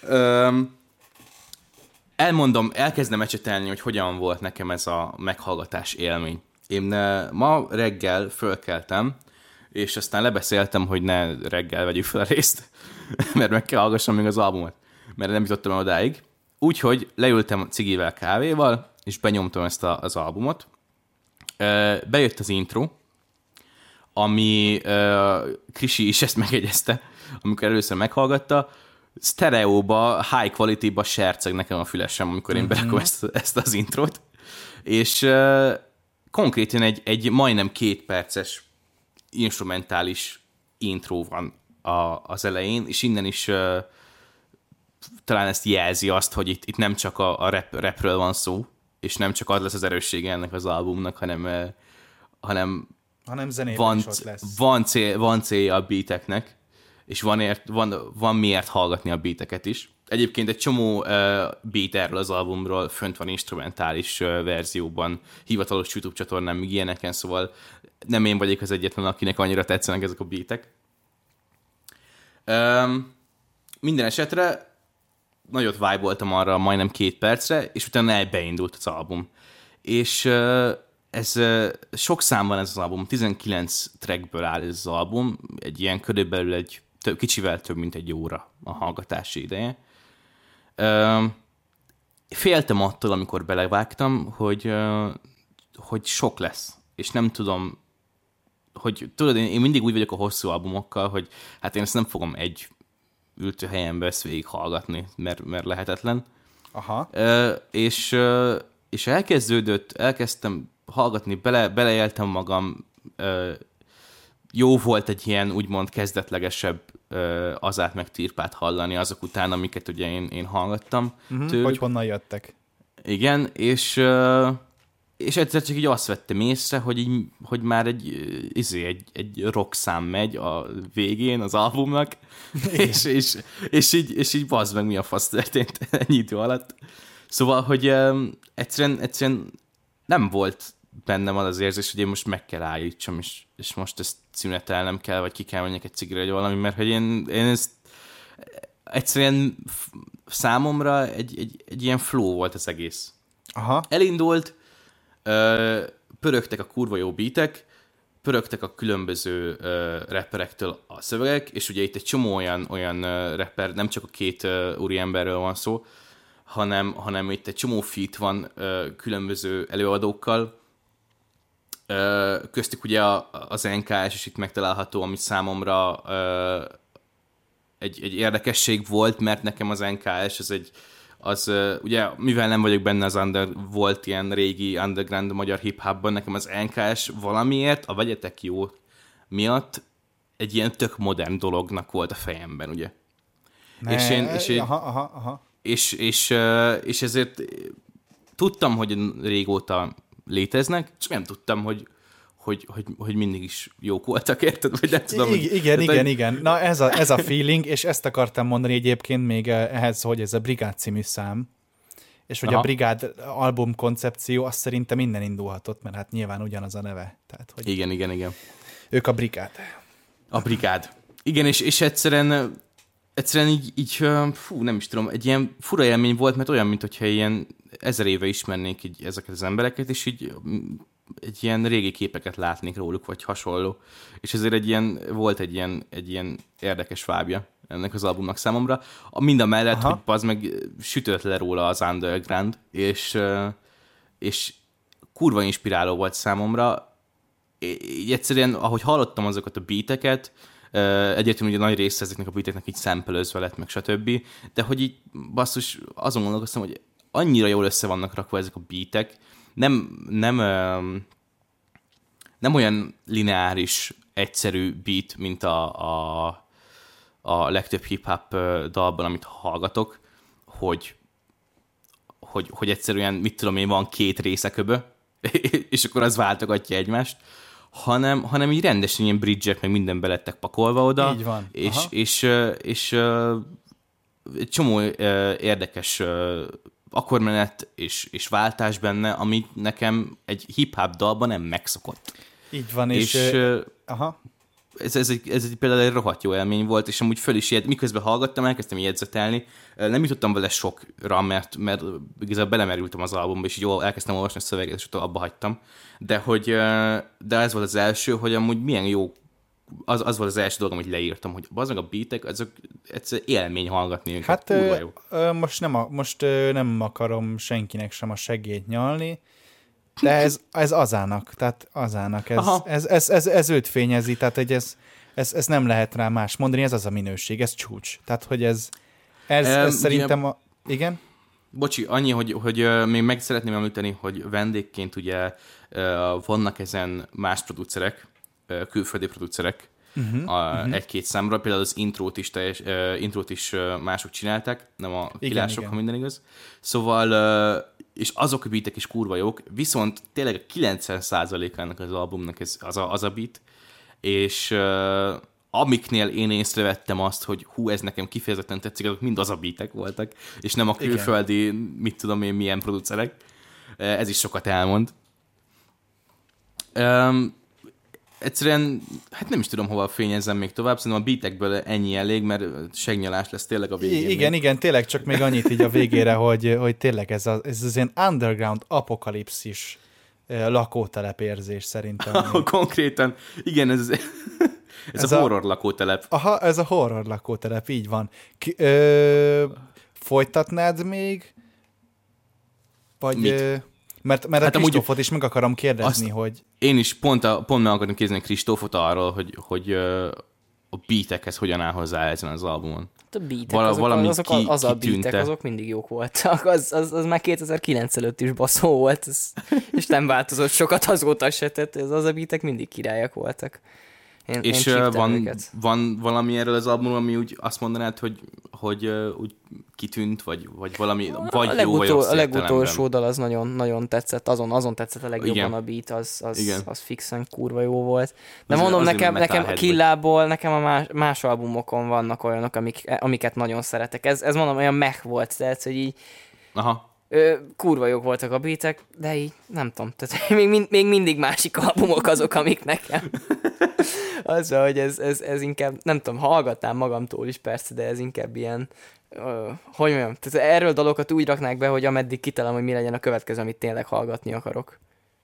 Elkezdem ecsetelni, hogy hogyan volt nekem ez a meghallgatás élmény. Én ma reggel fölkeltem, és aztán lebeszéltem, hogy ne reggel vegyük fel a részt, mert meg kell hallgassam még az albumot, mert nem jutottam el odáig. Úgyhogy leültem cigivel, kávéval, és benyomtam ezt az albumot. Bejött az intro, ami Krisi is ezt megjegyezte, amikor először meghallgatta. Sztereóba, high quality-ba serceg nekem a fülesem, amikor én berakom ezt az intrót. És konkrétan egy majdnem 2 perces instrumentális intro van az elején, és innen is talán ezt jelzi azt, hogy itt nem csak a rapről van szó, és nem csak az lesz az erőssége ennek az albumnak, hanem zenében is ott lesz. Van célja a beateknek, és van miért hallgatni a beateket is. Egyébként egy csomó beat erről az albumról fönt van instrumentális verzióban, hivatalos YouTube csatornán, még ilyeneken, szóval nem én vagyok az egyetlen, akinek annyira tetszenek ezek a beatek. Minden esetre nagyot vibe-oltam arra majdnem 2 percre, és utána beindult az album. És ez sok szám van ez az album, 19 trackből áll ez az album, egy ilyen körülbelül kicsivel több, mint egy óra a hallgatási ideje. Féltem attól, amikor belevágtam, hogy sok lesz, és nem tudom, hogy tudod, én mindig úgy vagyok a hosszú albumokkal, hogy hát én ezt nem fogom egy ültőhelyembe ezt végighallgatni, mert lehetetlen. Aha. És elkezdtem hallgatni, beleéltem magam, jó volt egy ilyen úgymond kezdetlegesebb Azát meg Tirpát hallani azok után, amiket ugye én hallgattam. Hogy honnan jöttek. Igen, és egyszer csak így azt vettem észre, hogy már egy rock-szám megy a végén az albumnak, és így bazd meg, mi a fasz történt ennyi idő alatt. Szóval, hogy egyszerűen nem volt bennem az érzés, hogy én most meg kell állítsam, és most ezt szünetelnem kell, vagy ki kell menjek egy cigire, vagy valami, mert hogy én ezt egyszerűen számomra egy ilyen flow volt az egész. Aha. Elindult, pörögtek a kurva jó beatek, pörögtek a különböző rapperektől a szövegek, és ugye itt egy csomó olyan rapper, nem csak a 2 úriemberről van szó, hanem itt egy csomó feat van különböző előadókkal. Köztük ugye az NKS is itt megtalálható, ami számomra egy érdekesség volt, mert nekem az NKS az ugye, mivel nem vagyok benne volt ilyen régi underground magyar hip-hopban, nekem az NKS valamiért, a vegyetek jó miatt egy ilyen tök modern dolognak volt a fejemben, ugye. És ezért tudtam, hogy régóta léteznek, csak nem tudtam, hogy mindig is jók voltak, érted? Vagy nem tudom, igen. Na ez a feeling, és ezt akartam mondani egyébként még ehhez, hogy ez a Brigád című szám, és hogy a Brigád album koncepció, azt szerintem innen indulhatott, mert hát nyilván ugyanaz a neve. Tehát, hogy... Igen. Ők a brigád. A brigád. Igen, és egyszerűen így fú, nem is tudom, egy ilyen fura élmény volt, mert olyan, mintha ilyen 1000 éve ismernék így ezeket az embereket, és így egy ilyen régi képeket látnék róluk, vagy hasonló. És ezért volt egy ilyen érdekes vábja ennek az albumnak számomra. Mind a mellett, hogy az meg sütött le róla az underground, és kurva inspiráló volt számomra. Így egyszerűen, ahogy hallottam azokat a beateket, egyértelműen ugye nagy része ezeknek a beateknek így sample-özve lett, meg stb. De hogy így basszus, azon gondolkoztam, hogy annyira jól össze vannak rakva ezek a beatek, nem olyan lineáris, egyszerű beat, mint a legtöbb hip-hop dalban, amit hallgatok, hogy egyszerűen, mit tudom én, van 2 részeköbö, és akkor az váltogatja egymást, hanem így rendesen ilyen bridge-ek, meg minden belettek pakolva oda. Így van. És egy csomó érdekes akkordmenet és váltás benne, ami nekem egy hip-hop dalban nem megszokott. Így van, Ez például egy rohadt jó élmény volt, és amúgy föl is miközben hallgattam, elkezdtem jegyzetelni. Nem jutottam vele sokra, mert igazából belemerültem az albumba, és így elkezdtem olvasni a szöveget, és abba hagytam. De ez volt az első, hogy amúgy milyen jó, az volt az első dolog, amit leírtam, hogy azok a beatek, azok egyszerűen élmény hallgatni őket. Hát most nem akarom senkinek sem a segélyt nyalni, de ez azának, tehát azának, ez őt fényezi, tehát hogy ez nem lehet rá más mondani, ez az a minőség, ez csúcs. Tehát, hogy ez szerintem igen? Bocsi, annyi, hogy még meg szeretném említeni, hogy vendégként ugye vannak ezen más producerek, külföldi producerek, egy-két számra, például az intrót is mások csinálták, nem a kilások, ha minden igaz. Szóval, és azok a beatek is kurva jók, viszont tényleg a 90%-ának az albumnak az a beat, és amiknél én észrevettem azt, hogy ez nekem kifejezetten tetszik, azok mind az a beatek voltak, és nem a külföldi, mit tudom én, milyen producerek. Ez is sokat elmond. Egyszerűen, hát nem is tudom, hova fényezzem még tovább, szerintem a beatekből ennyi elég, mert segnyalás lesz tényleg a végén. Igen, tényleg csak még annyit így a végére, hogy tényleg ez az ilyen underground apokalipszis lakótelep érzés szerintem. Konkrétan, igen, ez a horror lakótelep. Aha, ez a horror lakótelep, így van. Folytatnád még? Vagy... Mert hát a Kristófot is meg akarom kérdezni, hogy... Én is pont meg akarom kérdezni Kristófot arról, hogy a beatekhez hogyan áll hozzá ezen az albumon. A beatek, azok mindig jók voltak. Az már 2009 előtt is baszó volt, és nem változott sokat azóta se, tehát az a beatek mindig királyak voltak. És van valami erről az albumról, ami úgy azt mondanád, hogy úgy kitűnt, vagy valami, vagy jó, vagy rossz a legutolsó dal az nagyon, nagyon tetszett, azon tetszett a legjobban a beat, az fixen kurva jó volt. De mondom, nekem Killából, nekem a más albumokon vannak olyanok, amiket nagyon szeretek. Ez mondom, olyan meh volt, tehát, hogy így... Aha. Kurva jók voltak a beatek, de így nem tudom, tehát még mindig másik albumok azok, amik nekem. Azzal, hogy ez inkább, nem tudom, hallgatnám magamtól is persze, de ez inkább ilyen, hogy mondjam, tehát erről dalokat úgy raknák be, hogy ameddig kitalálom, hogy mi legyen a következő, amit tényleg hallgatni akarok.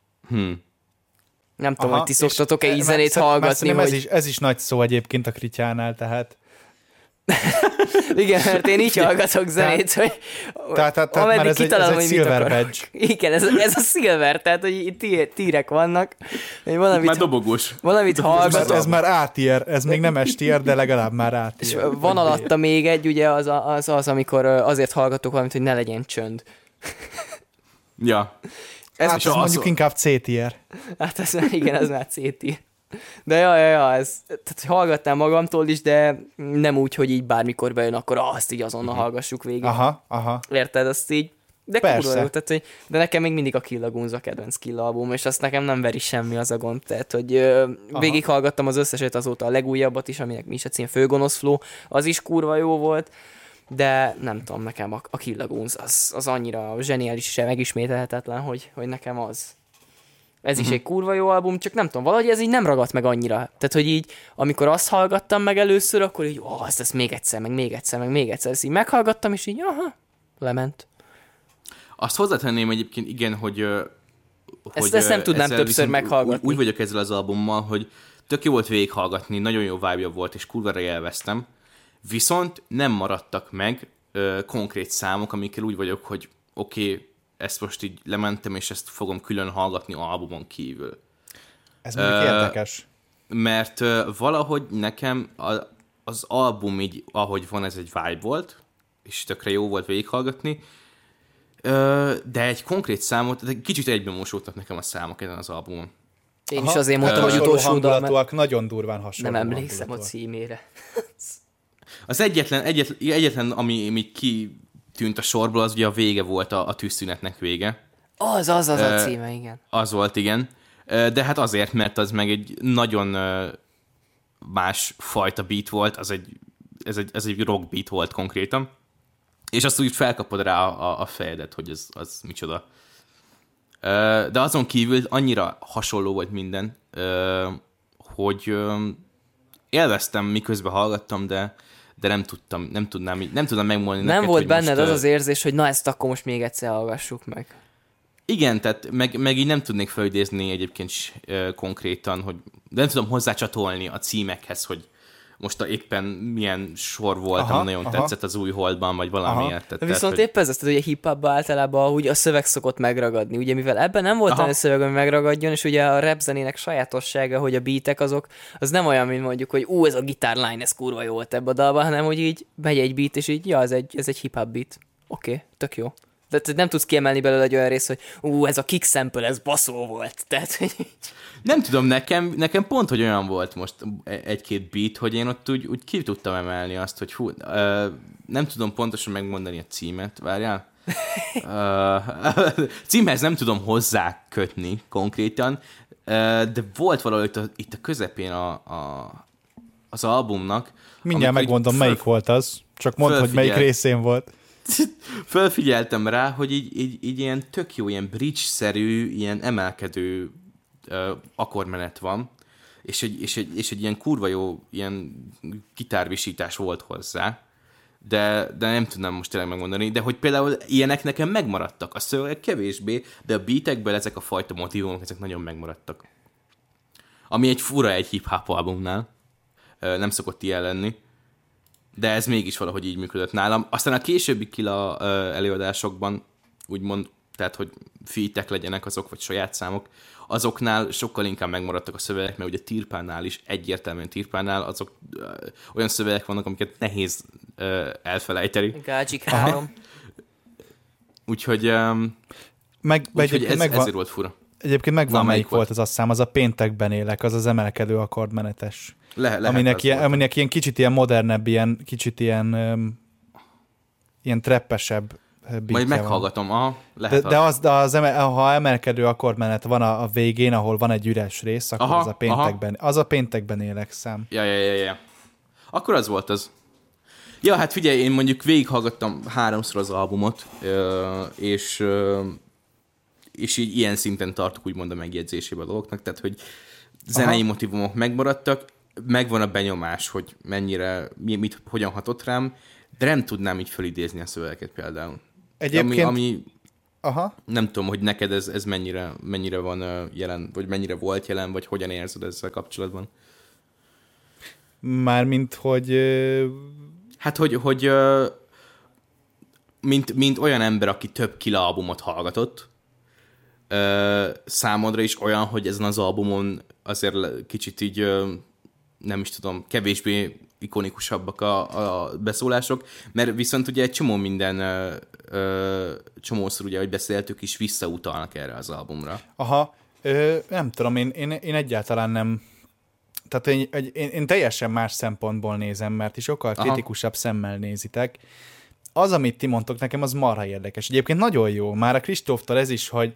Nem tudom, hogy ti szoktatok-e így zenét hallgatni, hogy... Ez is nagy szó egyébként a Krityánál, tehát... Igen, mert én így hallgatok zenét, hogy ameddig kitalálom, hogy mit akarok. Igen, ez a silver, tehát hogy tírek vannak. Már dobogós. Valamit hallgatok. Ez már A-tier, ez még nem S-tier, de legalább már A-tier. És van alatta még egy, ugye az amikor azért hallgatok valamit, hogy ne legyen csönd. Ja. Ez mondjuk inkább C-tier. Hát ez már C-tier. De tehát hallgatnám magamtól is, de nem úgy, hogy így bármikor bejön, akkor azt így azonnal hallgassuk végig. Aha. Érted, azt így? De kurva jó, tehát, de nekem még mindig a Kill a Goons a kedvenc Kill album, és azt nekem nem veri semmi az a gond, tehát, hogy végig hallgattam az összeset azóta, a legújabbat is, aminek mi is a cím Főgonosz Flow, az is kurva jó volt, de nem tudom, nekem a Kill a Goons az annyira zseniális és megismételhetetlen, hogy nekem az. Ez is egy kurva jó album, csak nem tudom, valahogy ez így nem ragadt meg annyira. Tehát, hogy így, amikor azt hallgattam meg először, akkor így, ezt még egyszer, meg még egyszer, meg még egyszer. Ezt így meghallgattam, és így, lement. Azt hozzátenném egyébként, igen, hogy ezt nem tudnám többször meghallgatni. Úgy vagyok ezzel az albummal, hogy tök jó volt végighallgatni, nagyon jó vibe volt, és kurvára élveztem. Viszont nem maradtak meg konkrét számok, amikkel úgy vagyok, hogy oké, ezt most így lementem, és ezt fogom külön hallgatni albumon kívül. Ez mondjuk érdekes. Mert valahogy nekem az album így, ahogy van, ez egy vibe volt, és tökre jó volt végighallgatni, de egy konkrét számot, kicsit egyben mosódtak nekem a számok ezen az albumon. Én is azért mondtam, hogy utolsó dal, nagyon durván hasonló. Nem emlékszem a címére. Az egyetlen ami kitűnt a sorból, az ugye a vége volt, a tűzszünetnek vége. Az a címe, igen. Az volt, igen. De hát azért, mert az meg egy nagyon más fajta beat volt, ez egy rock beat volt konkrétan. És azt úgy felkapod rá a fejedet, hogy az micsoda. De azon kívül annyira hasonló volt minden, hogy élveztem, miközben hallgattam, de nem tudnám megmondani. Nem volt benned most, az érzés, hogy na ezt akkor most még egyszer hallgassuk meg. Igen, tehát meg így nem tudnék felidézni egyébként konkrétan, hogy de nem tudom hozzácsatolni a címekhez, hogy most éppen milyen sor volt, ami nagyon tetszett az új Holdban, vagy valamiért. Viszont hogy... épp ez, hogy a hip-hopban általában úgy a szöveg szokott megragadni, ugye mivel ebben nem volt olyan szöveg, ami megragadjon, és ugye a rap zenének sajátossága, hogy a beatek az nem olyan, mint mondjuk, hogy ez a gitárline, ez kurva jó volt ebbe a dalban, hanem hogy így megy egy beat, és így, ez egy hip-hop beat. Oké, tök jó. De nem tudsz kiemelni belőle egy olyan rész, hogy ez a kick sample, ez baszó volt. Tehát, nem tudom, nekem pont, hogy olyan volt most egy-két beat, hogy én ott úgy ki tudtam emelni azt, hogy nem tudom pontosan megmondani a címet, várjál? Címhez nem tudom hozzá kötni konkrétan, de volt valahogy itt a közepén az albumnak. Mindjárt megmondom, melyik volt az, csak mondd, hogy melyik részén volt. Fölfigyeltem rá, hogy így ilyen tök jó, ilyen bridge-szerű, ilyen emelkedő akkordmenet van, és egy ilyen kurva jó ilyen gitárvisítás volt hozzá, de nem tudnám most tényleg megmondani, de hogy például ilyenek nekem megmaradtak, a szövegek kevésbé, de a beatekből ezek a fajta motívumok, ezek nagyon megmaradtak. Ami egy fura egy hip-hop albumnál, nem szokott ilyen lenni, de ez mégis valahogy így működött nálam. Aztán a későbbi Killa előadásokban, úgymond, tehát hogy featek legyenek azok, vagy saját számok, azoknál sokkal inkább megmaradtak a szövegek, mert ugye Tirpánál is, egyértelműen Tirpánál azok olyan szövegek vannak, amiket nehéz elfelejteni. Gácsik 3. Úgyhogy ezért volt fura. Egyébként megvan, melyik volt az szám, az a Péntekben élek, az emelkedő akkordmenetes. Aminek ilyen kicsit ilyen modernebb, kicsit ilyen trappesebb beatje. Majd meghallgatom, lehet. Ha emelkedő akkordmenet van a végén, ahol van egy üres rész, akkor az a Péntekben élek szám. Ja. Akkor az volt az. Ja, hát figyelj, én mondjuk végighallgattam 3-szor az albumot, és így ilyen szinten tartok úgymond a megjegyzésébe a dolgoknak, tehát hogy zenei motivumok megmaradtak, megvan a benyomás, hogy mennyire, hogyan hatott rám, de nem tudnám így fölidézni a szövegeket például. Egyébként... Nem tudom, hogy neked ez mennyire van jelen, vagy mennyire volt jelen, vagy hogyan érzed ezzel kapcsolatban. Mármint, hogy... Hát, hogy mint olyan ember, aki több Killa albumot hallgatott, számodra is olyan, hogy ezen az albumon azért kicsit így, nem is tudom, kevésbé ikonikusabbak a beszólások, mert viszont ugye egy csomó minden, csomószor ugye, hogy beszéltük is, visszautalnak erre az albumra. Nem tudom, én egyáltalán nem, tehát én teljesen más szempontból nézem, mert is sokkal kritikusabb szemmel nézitek. Az, amit ti mondtok nekem, az marha érdekes. Egyébként nagyon jó, már a Kristóftól ez is, hogy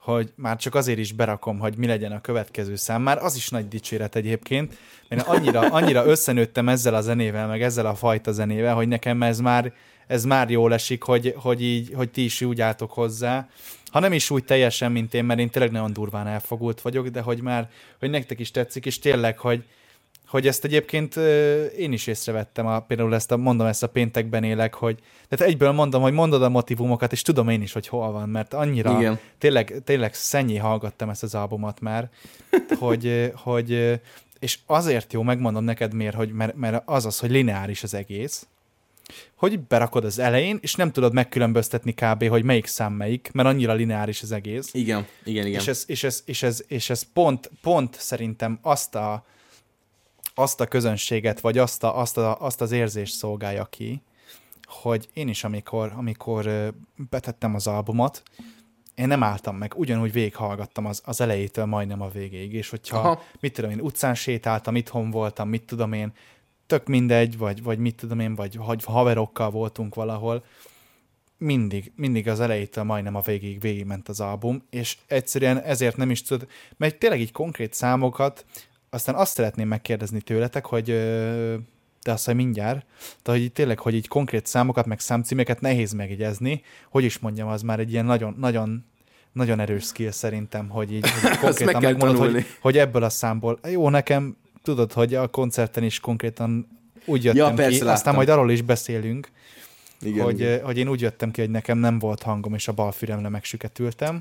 hogy már csak azért is berakom, hogy mi legyen a következő szám. Már az is nagy dicséret egyébként. Én annyira összenőttem ezzel a zenével, meg ezzel a fajta zenével, hogy nekem ez már jól esik, hogy ti is úgy álltok hozzá. Ha nem is úgy teljesen, mint én, mert én tényleg nagyon durván elfogult vagyok, de hogy nektek is tetszik, és tényleg, hogy ezt egyébként én is észrevettem, például mondom ezt a péntekben élek, tehát egyből mondom, hogy mondod a motivumokat, és tudom én is, hogy hol van, mert annyira tényleg szennyé hallgattam ezt az albumot már, hogy és azért jó, megmondom neked miért, mert az, hogy lineáris az egész, hogy berakod az elején, és nem tudod megkülönböztetni kb., hogy melyik szám melyik, mert annyira lineáris az egész. Igen. És ez pont szerintem azt a közönséget, vagy azt az érzést szolgálja ki, hogy én is, amikor betettem az albumot, én nem álltam meg, ugyanúgy végighallgattam az elejétől majdnem a végéig, és hogyha, mit tudom én, utcán sétáltam, itthon voltam, mit tudom én, tök mindegy, vagy mit tudom én, vagy haverokkal voltunk valahol, mindig az elejétől majdnem a végigment az album, és egyszerűen ezért nem is tudod, mert tényleg így konkrét számokat, aztán azt szeretném megkérdezni tőletek, hogy de azt mondja mindjárt, de hogy tényleg, hogy így konkrét számokat, meg számcímeket nehéz megjegyezni, hogy is mondjam, az már egy ilyen nagyon, nagyon, nagyon erős skill szerintem, hogy így konkrétan megmondod, hogy ebből a számból, jó, nekem tudod, hogy a koncerten is konkrétan úgy jöttem ki, láttam. Aztán majd arról is beszélünk, igen, hogy én úgy jöttem ki, hogy nekem nem volt hangom, és a bal füremre megsüketültem,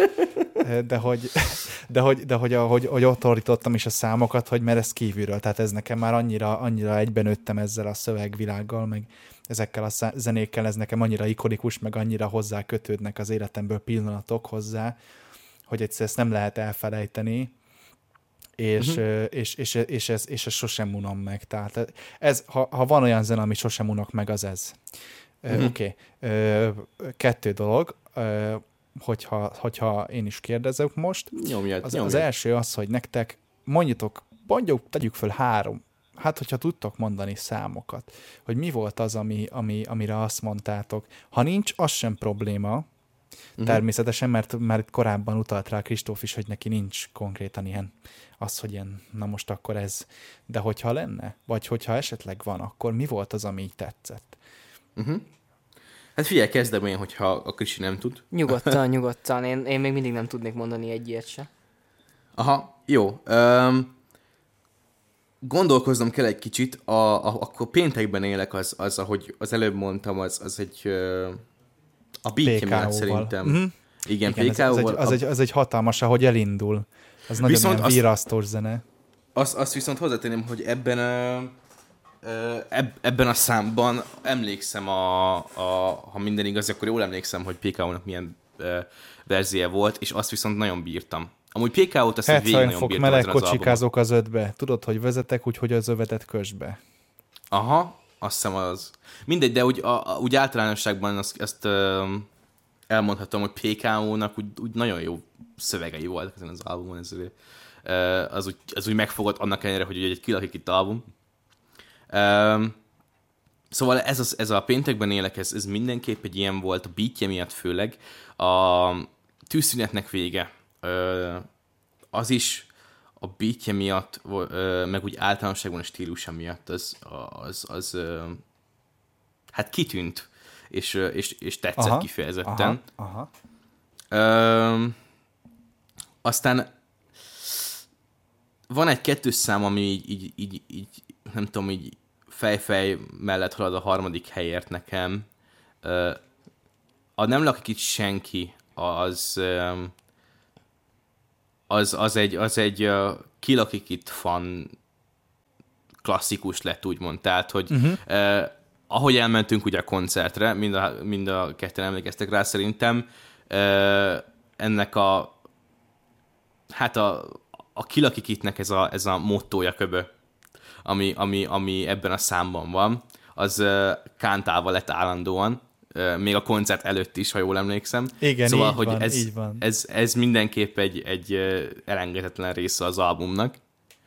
de hogy ott ordítottam is a számokat, hogy mert ez kívülről, tehát ez nekem már annyira egyben nőttem ezzel a szövegvilággal, meg ezekkel a zenékkel, ez nekem annyira ikonikus, meg annyira hozzá kötődnek az életemből pillanatok hozzá, hogy egyszer ezt nem lehet elfelejteni, és ezt sosem unom meg. Tehát ha van olyan zene, ami sosem unok meg, az ez. Oké. Kettő dolog, hogyha én is kérdezek most. Nyomjad. Az első az, hogy nektek mondjuk, tegyük föl 3, hát hogyha tudtok mondani számokat, hogy mi volt az, amire azt mondtátok. Ha nincs, az sem probléma, természetesen, mert már korábban utalt rá Kristóf is, hogy neki nincs konkrétan ilyen, hogy ilyen, na most akkor ez, de hogyha lenne, vagy hogyha esetleg van, akkor mi volt az, ami így tetszett? Hát figyelj, kezdem én, hogyha a Krisi nem tud. Nyugodtan. Én még mindig nem tudnék mondani egy ilyet se. Aha, jó. Gondolkoznom kell egy kicsit, akkor péntekben élek, az ahogy az előbb mondtam, az egy a beatje miatt szerintem. Igen, PK-val. Az egy hatalmas, ahogy elindul. Az nagyon ilyen virasztós zene. Azt viszont hozzátenném, hogy ebben a számban emlékszem, ha minden igaz, akkor jól emlékszem, hogy PK-nak milyen verziója volt, és azt viszont nagyon bírtam. Amúgy PK-ot azt végig nagyon bírtam. Meleg kocsikázok az ötbe. Tudod, hogy vezetek, úgyhogy az övetet kösbe. Aha, azt hiszem az. Mindegy, de úgy általánosságban azt elmondhatom, hogy PK-nak úgy nagyon jó szövegei voltak ezen az albumon. Az úgy megfogott annak ellenére, hogy egy kilakik itt album. Szóval ez a péntekben élek, ez mindenképp egy ilyen volt, a beatje miatt főleg. A tűzszünetnek vége, az is a beatje miatt, meg úgy általánosságban a stílusa miatt az hát kitűnt, és tetszett kifejezetten. Aha. Aztán van egy 2 szám, ami így nem tudom, így fejfej mellett halad a 3. helyért nekem. A Nem lakik itt senki, az egy Ki lakik itt fan klasszikus lett, úgymond. Tehát, hogy ahogy elmentünk ugye a koncertre, mind a ketten emlékeztek rá szerintem, ennek a Ki lakik ittnek ez a mottója köbö, ami ebben a számban van, az kántálva lett állandóan, még a koncert előtt is, ha jól emlékszem. Igen, szóval, így hogy van, így van. Ez mindenképp egy elengedhetetlen része az albumnak.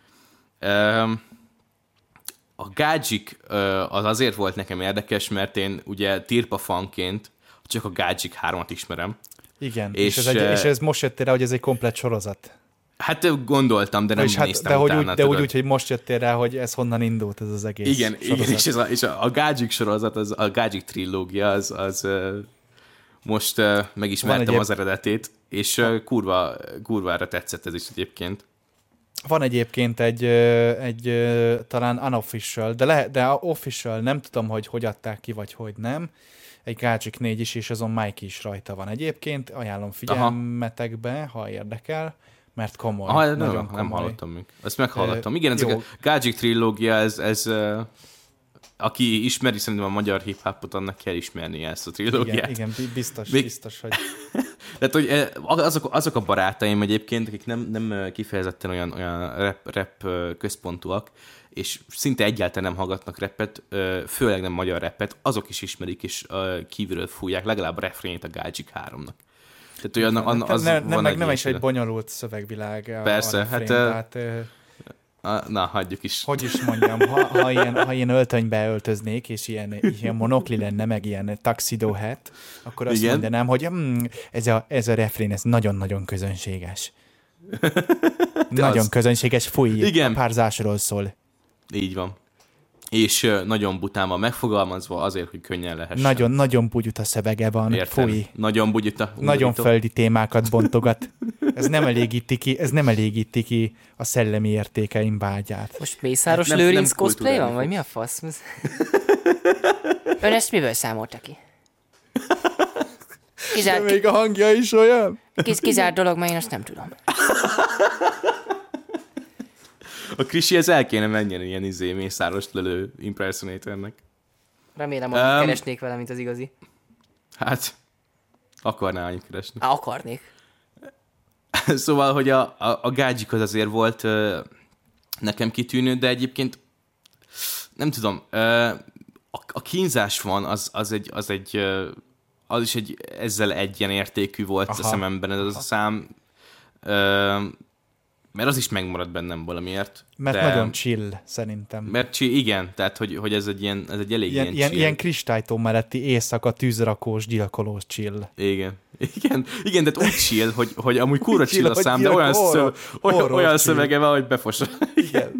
A Gádzsik az azért volt nekem érdekes, mert én ugye tirpa fanként csak a Gádzsik 3-at ismerem. Igen, és ez most jöttél rá, hogy ez egy komplett sorozat. Hát gondoltam, de nem néztem utána. De úgy, hogy most jöttél rá, hogy ez honnan indult ez az egész sorozat. És a Gágyik sorozat, a Gágyik trilógia, az most megismertem az eredetét, és kurvára tetszett ez is egyébként. Van egyébként egy talán unofficial, de official, nem tudom, hogy adták ki, vagy hogy nem. Egy Gágyik 4 is, és azon Mike is rajta van egyébként. Ajánlom figyelmetekbe, ha érdekel, mert komoly. Nagyon komoly. Nem hallottam még. Azt meghallottam. Igen, ez a Gágyik trilógia, ez aki ismeri szerintem a magyar hip-hopot, annak kell ismernie ezt a trilógiát. Igen, biztos, hogy... Tehát, hogy azok a barátaim egyébként, akik nem kifejezetten olyan rap központúak, és szinte egyáltalán nem hallgatnak rappet, főleg nem magyar rappet, azok is ismerik, és kívülről fújják legalább a refrénjét a Gágyik 3-nak. Tehát, hogy nem is egy bonyolult szövegvilág. Persze, hát... Na, hagyjuk is. Hogy is mondjam, ha ilyen öltönybe öltöznék, és ilyen monokli lenne, meg ilyen tuxedo hat, akkor azt mondanám, hogy ez a refrén, ez nagyon-nagyon közönséges. Nagyon közönséges, párzásról szól. Így van. És nagyon bután van megfogalmazva azért, hogy könnyen lehessen. Nagyon bugyuta szövege van. Értem. Nagyon bugyuta. Nagyon földi témákat bontogat. Ez nem elégíti ki a szellemi értékeim vágyát. Most Mészáros Lőrinc cosplay van, vagy mi a fasz? Ön ezt miből számolta ki? De még a hangja is olyan? Kizárt dolog, mert én azt nem tudom. A Krisi, ez el kéne menjen ilyen Mészáros lölő impersonatornek. Remélem, hogy keresnék vele, mint az igazi. Hát, akarná annyit keresni. Akarnék. Szóval, hogy a Gágyik az azért volt nekem kitűnő, de egyébként nem tudom, a kínzás van, az is egy ezzel egyenértékű volt a szememben ez a szám, mert az is megmaradt bennem valamiért. Mert nagyon chill, szerintem. Mert igen, tehát hogy ez egy elég ilyen chill. Ilyen kristálytó melletti éjszaka tűzrakós, gyilkolós chill. Igen, tehát úgy chill, hogy amúgy kurva chill a szám, de olyan szövege van, hogy befosol. Igen.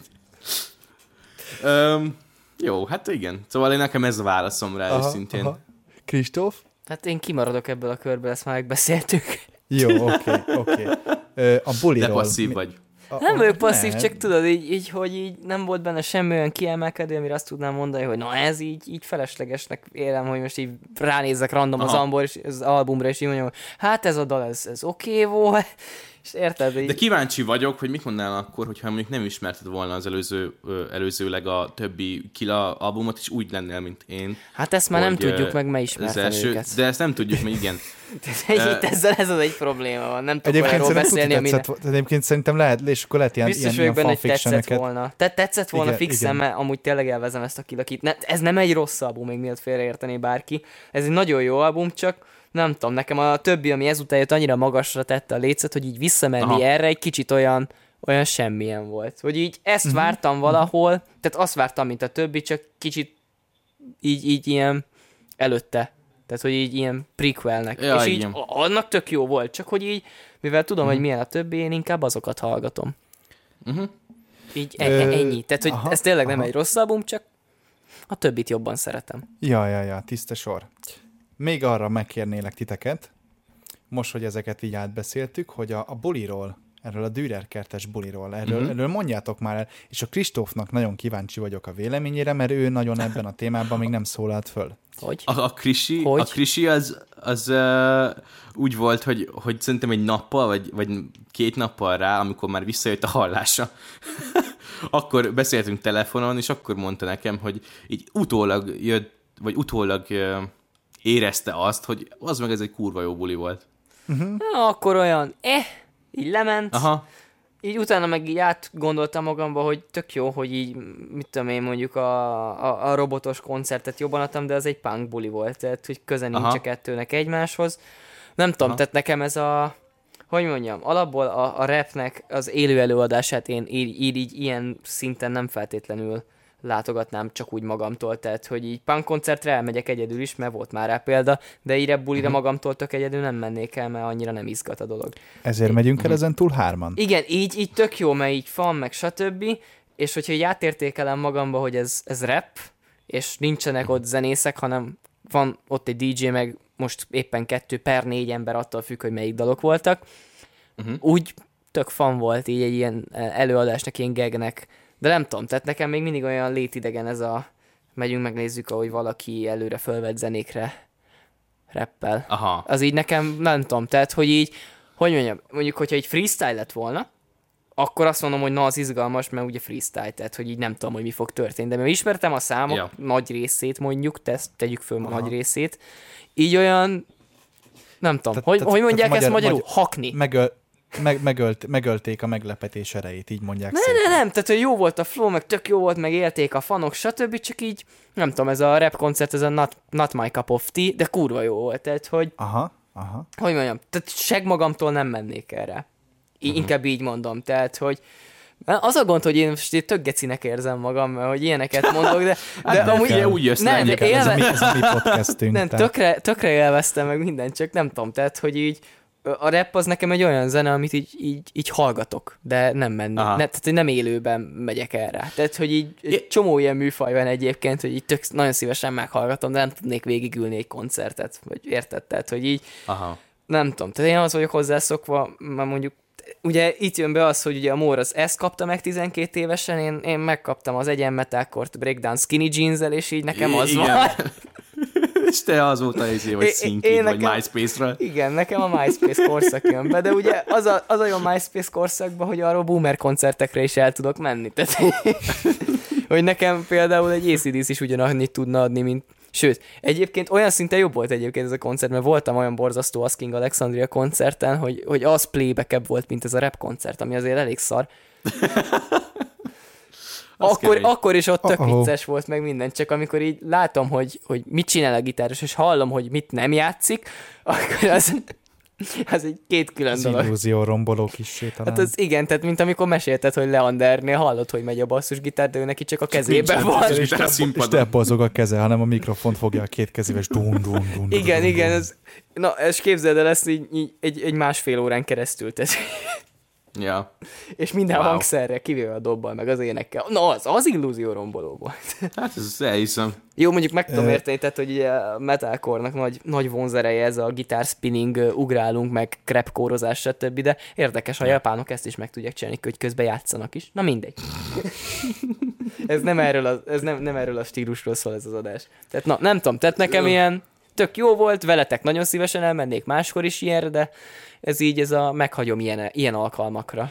Jó, hát igen. Szóval nekem ez a válaszom rá őszintén. Kristóf? Hát én kimaradok ebből a körből, ezt már megbeszéltük. Jó, oké. A buliról... De passzív vagy. Nem vagyok passzív, csak tudod, így, hogy így nem volt benne semmi olyan kiemelkedő, amire azt tudnám mondani, hogy na ez így feleslegesnek élem, hogy most így ránézzek random az albumra, és így mondjam, hogy hát ez a dal, ez oké volt, és érted? Így... De kíváncsi vagyok, hogy mit mondanál akkor, hogyha mondjuk nem ismerted volna az előzőleg a többi Killa albumot, és úgy lennél, mint én. Hát ezt már nem tudjuk meg, mert ismertem őket. De ezt nem tudjuk, mert igen. Ezzel ez az egy probléma van, nem tudok erről beszélni, aminek... Egyébként szerintem lehet, és akkor lehet ilyen fanfictioneket. Tetszett volna fixen, mert amúgy tényleg elvezem ezt a Killakit. Ez nem egy rossz album, még miatt félreértené bárki. Ez egy nagyon jó album, csak nem tudom, nekem a többi, ami ezután jött, annyira magasra tette a lécet, hogy így visszamenni erre egy kicsit olyan semmilyen volt. Hogy így ezt vártam valahol, tehát azt vártam, mint a többi, csak kicsit így ilyen előtte. Tehát, hogy így ilyen prequelnek. Ja, és így annak tök jó volt, csak hogy így, mivel tudom, hogy milyen a többi, én inkább azokat hallgatom. Így ennyi. Tehát, hogy ez tényleg nem egy rossz album, csak a többit jobban szeretem. Ja, tiszta sor. Még arra megkérnélek titeket, most, hogy ezeket így átbeszéltük, hogy a buliról, erről a Dürer kertes buliról, erről mondjátok már el, és a Kristófnak nagyon kíváncsi vagyok a véleményére, mert ő nagyon ebben a témában még nem szólalt föl. Hogy? A Krisi az úgy volt, hogy szerintem egy nappal, vagy 2 nappal rá, amikor már visszajött a hallása, akkor beszéltünk telefonon, és akkor mondta nekem, hogy így utólag érezte azt, hogy az meg ez egy kurva jó buli volt. Na, akkor olyan, így lement, így utána meg így átgondoltam magamba, hogy tök jó, hogy így, mit tudom én, mondjuk a robotos koncertet jobban adtam, de az egy punk buli volt, tehát hogy köze nincs a kettőnek egymáshoz. Nem tudom, tehát nekem ez hogy mondjam, alapból a rapnek az élő előadását én így ilyen szinten nem feltétlenül látogatnám csak úgy magamtól, tehát hogy így punk koncertre elmegyek egyedül is, mert volt már rá példa, de így bulira magamtól tök egyedül nem mennék el, mert annyira nem izgat a dolog. Ezért megyünk el ezen túl 3-an. Igen, így tök jó, mert így fan, meg stb. És hogyha így átértékelem magamba, hogy ez rap, és nincsenek ott zenészek, hanem van ott egy DJ, meg most éppen 2/4 ember, attól függ, hogy melyik dalok voltak. Úgy tök fan volt így egy ilyen előadásnak, ilyen gagnek. De nem tudom, tehát nekem még mindig olyan létidegen ez a megyünk, megnézzük, ahogy valaki előre fölvett zenékre rappel. Aha. Az így nekem nem tudom, tehát hogy így, hogy mondjuk, hogyha egy freestyle lett volna, akkor azt mondom, hogy na az izgalmas, mert ugye freestyle, tehát hogy így nem tudom, hogy mi fog történni. De mert ismertem a számok nagy részét mondjuk, tegyük föl a nagy részét, így olyan, nem tudom, hogy mondják ezt magyarul? Hakni. Megölték a meglepetés erejét, így mondják. Nem, tehát hogy jó volt a flow, meg tök jó volt, meg élték a fanok, stb. Csak így, nem tudom, ez a rap koncert, ez a not my cup of tea, de kurva jó volt, tehát hogy... Aha. Hogy mondjam, tehát magamtól nem mennék erre. Inkább így mondom, tehát hogy az a gond, hogy én most tök gecinek érzem magam, mert hogy ilyeneket mondok, de amúgy úgy jössz nem, ez a mi podcastünk. Nem, tökre élveztem meg mindent, csak nem tudom, tehát hogy így a rap az nekem egy olyan zene, amit így hallgatok, de nem menni. Tehát nem élőben megyek erre. Tehát, hogy így egy csomó ilyen műfaj van egyébként, hogy így nagyon szívesen meghallgatom, de nem tudnék végigülni egy koncertet, vagy érted? Tehát, hogy így nem tudom. Tehát én az vagyok hozzászokva, mert mondjuk ugye itt jön be az, hogy ugye a Mór az ezt kapta meg 12 évesen, én megkaptam az egyen metalcore-t Breakdown Skinny Jeans-el, és így nekem az van. És te azóta vagy Syncid, vagy MySpace-ről. Igen, nekem a MySpace korszak jön be, de ugye az a jó MySpace korszakban, hogy arról boomer koncertekre is el tudok menni. Tehát, hogy nekem például egy AC/DC is ugyanannyit tudna adni, mint... Sőt, egyébként olyan szinten jobb volt egyébként ez a koncert, mert voltam olyan borzasztó Asking Alexandria koncerten, hogy az playback-ebb volt, mint ez a rap koncert, ami azért elég szar. Akkor is ott tök vicces volt meg minden, csak amikor így látom, hogy mit csinál a gitáros, és hallom, hogy mit nem játszik, akkor az egy két külön dolog. Az illúzió romboló kissé talán. Hát az igen, tehát mint amikor mesélted, hogy Leandernél hallod, hogy megy a basszusgitár, de ő neki csak a kezében van. És te bozog a keze, hanem a mikrofont fogja a két kezével, és dun. Igen, és képzeld el ezt így egy másfél órán keresztül, tehát... Ja. És minden hangszerre, kivéve a dobbal, meg az énekkel. Na, az illúzió romboló volt. Hát ez elhiszem. Jó, mondjuk meg tudom érteni, tehát, hogy ugye a metalcore-nak nagy vonzereje ez a gitár spinning, ugrálunk, meg crapkórozás, stb. De érdekes, a japánok ezt is meg tudják csinálni, hogy közben játszanak is. Na mindegy. Ez nem erről a stílusról szól ez az adás. Tehát nem tudom, tehát nekem ilyen tök jó volt, veletek nagyon szívesen elmennék máskor is ilyenre, de ez a meghagyom ilyen alkalmakra.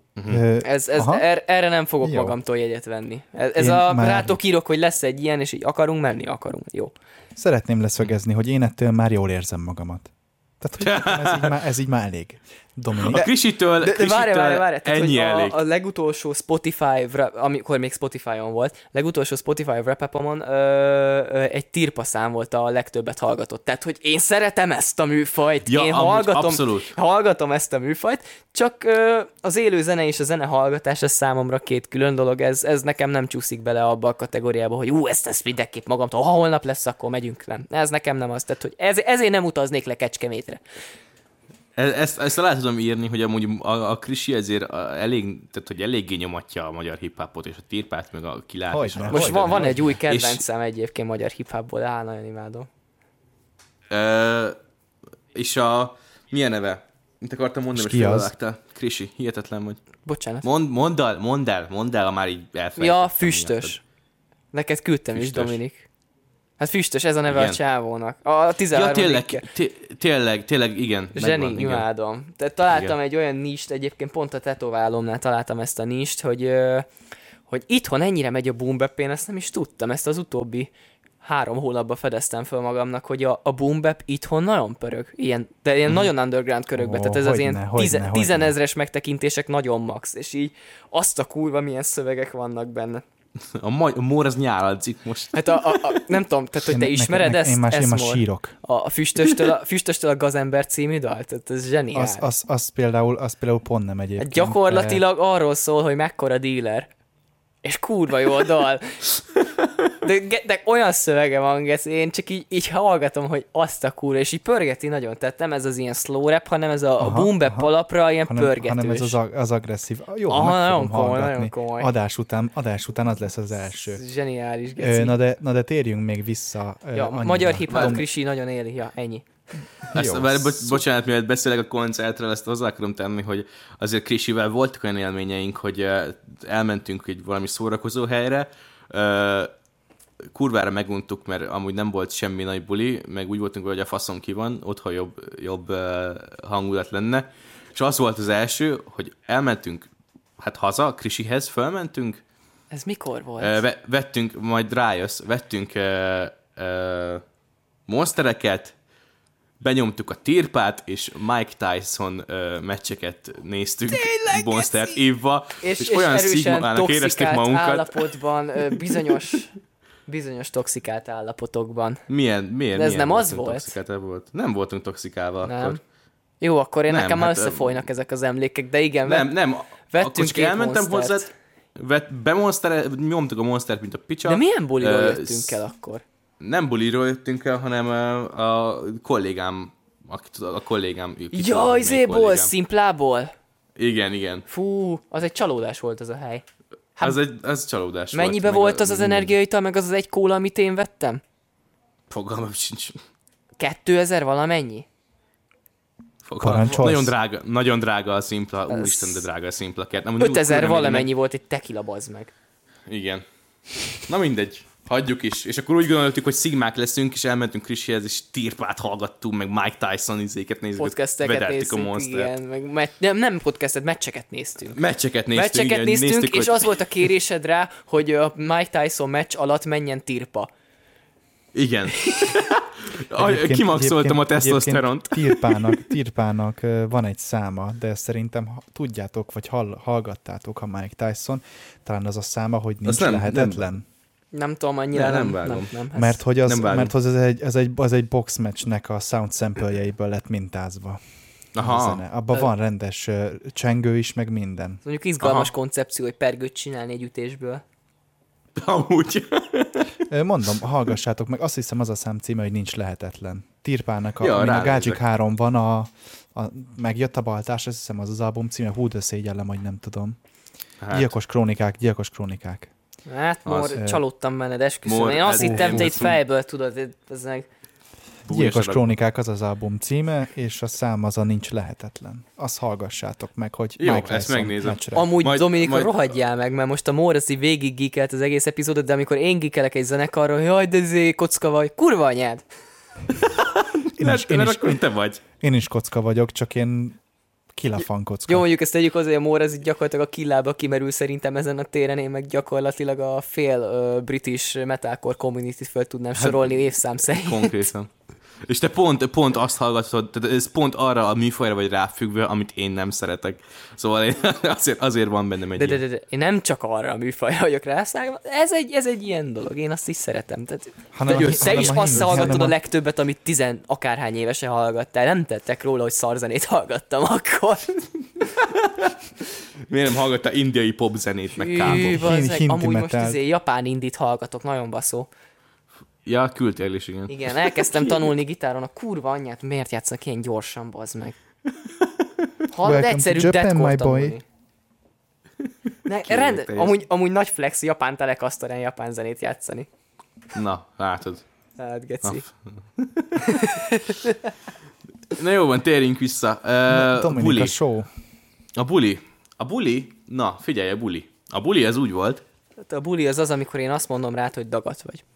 Erre nem fogok magamtól jegyet venni. Rátok írok, hogy lesz egy ilyen, és így akarunk. Jó. Szeretném leszögezni, hogy én ettől már jól érzem magamat. Tehát ez így már elég. Dominik. A Krisitől várj, ennyi elég. A legutolsó Spotify, amikor még Spotify-on volt, legutolsó Spotify Wrap-Upomon egy tirpa szám volt a legtöbbet hallgatott. Tehát, hogy én szeretem ezt a műfajt, én hallgatom ezt a műfajt, csak az élő zene és a zene hallgatás az számomra két külön dolog, ez nekem nem csúszik bele abba a kategóriába, hogy ezt mindenképp magamtól, ha holnap lesz, akkor megyünk le. Ez nekem nem az, tehát, hogy ezért nem utaznék le Kecskemétre. Ezt alá tudom írni, hogy amúgy a Krisi ezért eléggé nyomatja a magyar hip-hopot, és a tirpát, meg a kilát. Most van egy új kedvencem egyébként magyar hip-hopból, nagyon imádom. És milyen neve? Mit akartam mondani, hogy felvágtál? Krisi, hihetetlen vagy. Bocsánat. Mondd el, ha már így elfelejtettem. Ja, Füstös. Neked küldtem is, Dominik. Hát Füstös, ez a neve a csávónak. A 13. Tényleg, igen. Zseni, imádom. Tehát találtam egy olyan nist, egyébként pont a tetoválomnál találtam ezt a nist, hogy itthon ennyire megy a boom bap, én ezt nem is tudtam, ezt az utóbbi 3 hónapban fedeztem föl magamnak, hogy a boom bap itthon nagyon pörög, de ilyen nagyon underground körökben, tehát ez az ilyen 10 000-es megtekintések nagyon max, és így azt a kurva milyen szövegek vannak benne. A Mór az nyáladzik most. Hát nem tudom, tehát hogy te ismered ezt? Én már sírok. A Füstöstől a Gazember című dal? Tehát ez zseniális. Az például pont nem egyébként. Hát gyakorlatilag arról szól, hogy mekkora dealer. És kurva jó a dal. De olyan szövege van, Gesz, én csak így hallgatom, hogy azt a kurva, és így pörgeti nagyon, tehát nem ez az ilyen slow rap, hanem ez a boom bap alapra ilyen pörgetős. Hanem ez az agresszív. Jó, meg fogom hallgatni. Komoly. Adás után az lesz az első. Zseniális, Geci. Na de térjünk még vissza. Magyar hip-hop Krisi nagyon éli, elennyi. Bocsánat, mielőtt beszélek a koncertről, ezt hozzá akarom tenni, hogy azért Krisivel voltak olyan élményeink, hogy elmentünk egy valami szórakozó helyre, kurvára meguntuk, mert amúgy nem volt semmi nagy buli, meg úgy voltunk, hogy a faszon ki van, otthon jobb hangulat lenne, és az volt az első, hogy elmentünk haza, Krisihez, fölmentünk. Ez mikor volt? Vettünk, majd rájössz, vettünk monstereket, benyomtuk a tirpát, és Mike Tyson meccseket néztünk Monstert ívva, és olyan szigmának éreztük magunkat. Állapotban, bizonyos toxikált állapotokban. Miért? De ez nem az volt? Nem voltunk toxikálva nem. akkor. Jó, akkor nekem már összefolynak ezek az emlékek, de igen, nem. Vettünk két elmentem hozzá, nyomtuk a Monstert, mint a picsa. De milyen buliról jöttünk el akkor? Nem buliról jöttünk el, hanem a kollégám. Ja, izéból, Szimplából. Igen. Fú, az egy csalódás volt az a hely. Az csalódás mennyibe volt az energiaital, meg az egy kóla, amit én vettem? Fogalmam sincs. 2000 valamennyi? Nagyon drága a Szimpla. Úristen, de drága a Szimpla. 5000 valamennyi volt egy tequila, bazd meg. Igen. Na mindegy. Hagyjuk is. És akkor úgy gondoltuk, hogy szigmák leszünk, és elmentünk Krisihez, és tirpát hallgattunk, meg Mike Tyson izéket nézzük. Podcasteket néztünk, igen. Meg nem podcastet, meccseket néztünk. Meccseket néztünk, és az volt a kérésed rá, hogy a Mike Tyson meccs alatt menjen tirpa. Igen. Kimaxoltam a tesztoszteront. Tirpának van egy száma, de szerintem tudjátok, vagy hallgattátok, ha Mike Tyson, talán az a száma, hogy nincs lehetetlen. Nem tudom, annyira nem. Mert hogy az egy box matchnek a sound sample-jeiből lett mintázva. Aha. Abban van rendes csengő is, meg minden. Mondjuk izgalmas koncepció, hogy pergőt csinálni egy ütésből. Amúgy. Mondom, hallgassátok meg, azt hiszem az a szám címe, hogy nincs lehetetlen. Tirpának, a Gácsik 3 van, megjött a baltás, azt hiszem az az album címe, hú, de szégyellem, hogy nem tudom. Gyilkos krónikák. Hát, csalódtam benned, esküszöm. Én azt hittem, te itt fejből tudod, ez meg... Gyilkos krónikák az album címe, és a szám az a nincs lehetetlen. Azt hallgassátok meg, hogy jó, ezt megnézem. Amúgy Dominika, rohadjál meg, mert most a Morrissey végig geekelt az egész epizódot, de amikor én geekelek egy zenekarról, hogy jaj, de kocka vagy, kurva anyád! Te vagy. Én is kocka vagyok, csak én kilafan kocka. Jó, mondjuk ezt tegyük hozzá, hogy a Morrissey gyakorlatilag a killába kimerül szerintem ezen a téren, én meg gyakorlatilag a fél British metalcore community-t föl tudnám sorolni évszám szerint. Konkrétan. És te pont azt hallgatod, tehát ez pont arra a műfajra vagy ráfüggve, amit én nem szeretek. Szóval azért van bennem egy de én nem csak arra a műfajra vagyok rászállva, ez egy ilyen dolog, én azt is szeretem. Tehát, te is azt hallgatod a legtöbbet, amit 10 akárhány évesen hallgattál, nem tettek róla, hogy szarzenét hallgattam akkor. Miért nem hallgattál indiai popzenét, meg kápot? Amúgy most japán indit hallgatok, nagyon baszó. Ja, küldtél is, igen. Igen, elkezdtem tanulni gitáron, a kurva anyját, miért játszanak ilyen gyorsan, bazd meg. Hallod, egyszerű deathcore tanulni. Amúgy nagy flex japán telekasztorán japán zenét játszani. Na, látod. Hát, geci. Na jó van, térjünk vissza. Dominika show. A buli? Na, figyelj, a buli. A buli az úgy volt. A buli az, amikor én azt mondom rád, hogy dagat vagy.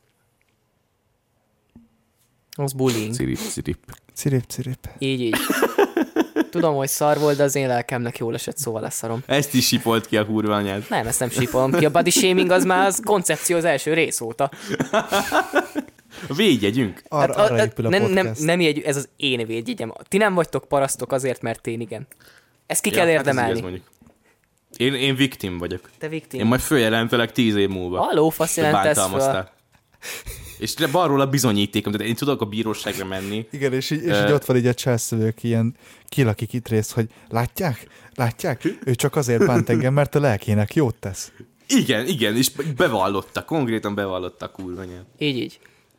Az bullying. Cirip. Így. Tudom, hogy szar volt, de az én lelkemnek jól esett, szóval leszarom. Ezt is sipolt ki a kurva anyád. Nem, ezt nem sipolom ki. A body shaming az már az koncepció az első rész óta. Védjegyünk. Arra épül a podcast. Nem ez az én védjegyem. Ti nem vagytok parasztok azért, mert én igen. Ezt ki kell érdemelni. Hát én victim vagyok. Te victim. Én majd följelentelek 10 év múlva. Haló, fasz jelentesz föl. És balról a bizonyítékom, tehát én tudok a bíróságra menni. Igen, és így ott van így a császövők ilyen kilakik rész, hogy látják? Ő csak azért bánt engem, mert a lelkének jót tesz. Igen, és bevallotta, konkrétan bevallotta a kurva nyelv. Így.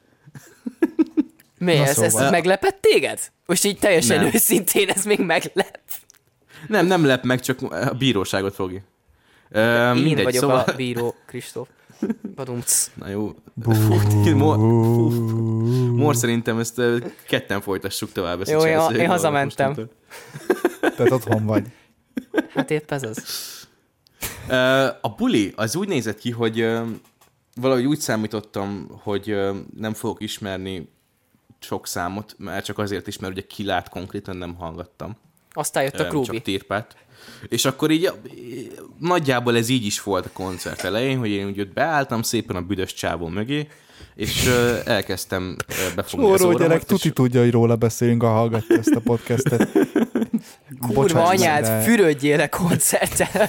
Mi ez? Szóval. Ez meglepett téged? Most így teljesen őszintén ez még meglep. Nem lep meg, csak a bíróságot fogja. Én mindegy, vagyok szóval... a bíró, Kristóf. Badumc. Na jó. Mor szerintem ezt ketten folytassuk tovább. Ezt jó, én hazamentem. Tehát otthon vagy. Hát épp ez az. A buli az úgy nézett ki, hogy valahogy úgy számítottam, hogy nem fogok ismerni sok számot, mert csak azért is, mert ugye kilát konkrétan nem hallgattam. Aztán jött a Krúbi. Csak Tirpát. És akkor így nagyjából ez így is volt a koncert elején, hogy én úgy beálltam szépen a büdös csávó mögé, és elkezdtem befogni az óramat. Gyerek, tuti tudja, hogy róla beszélünk, ha hallgatja ezt a podcastet. Kurva anyád, fürödjél le koncerten.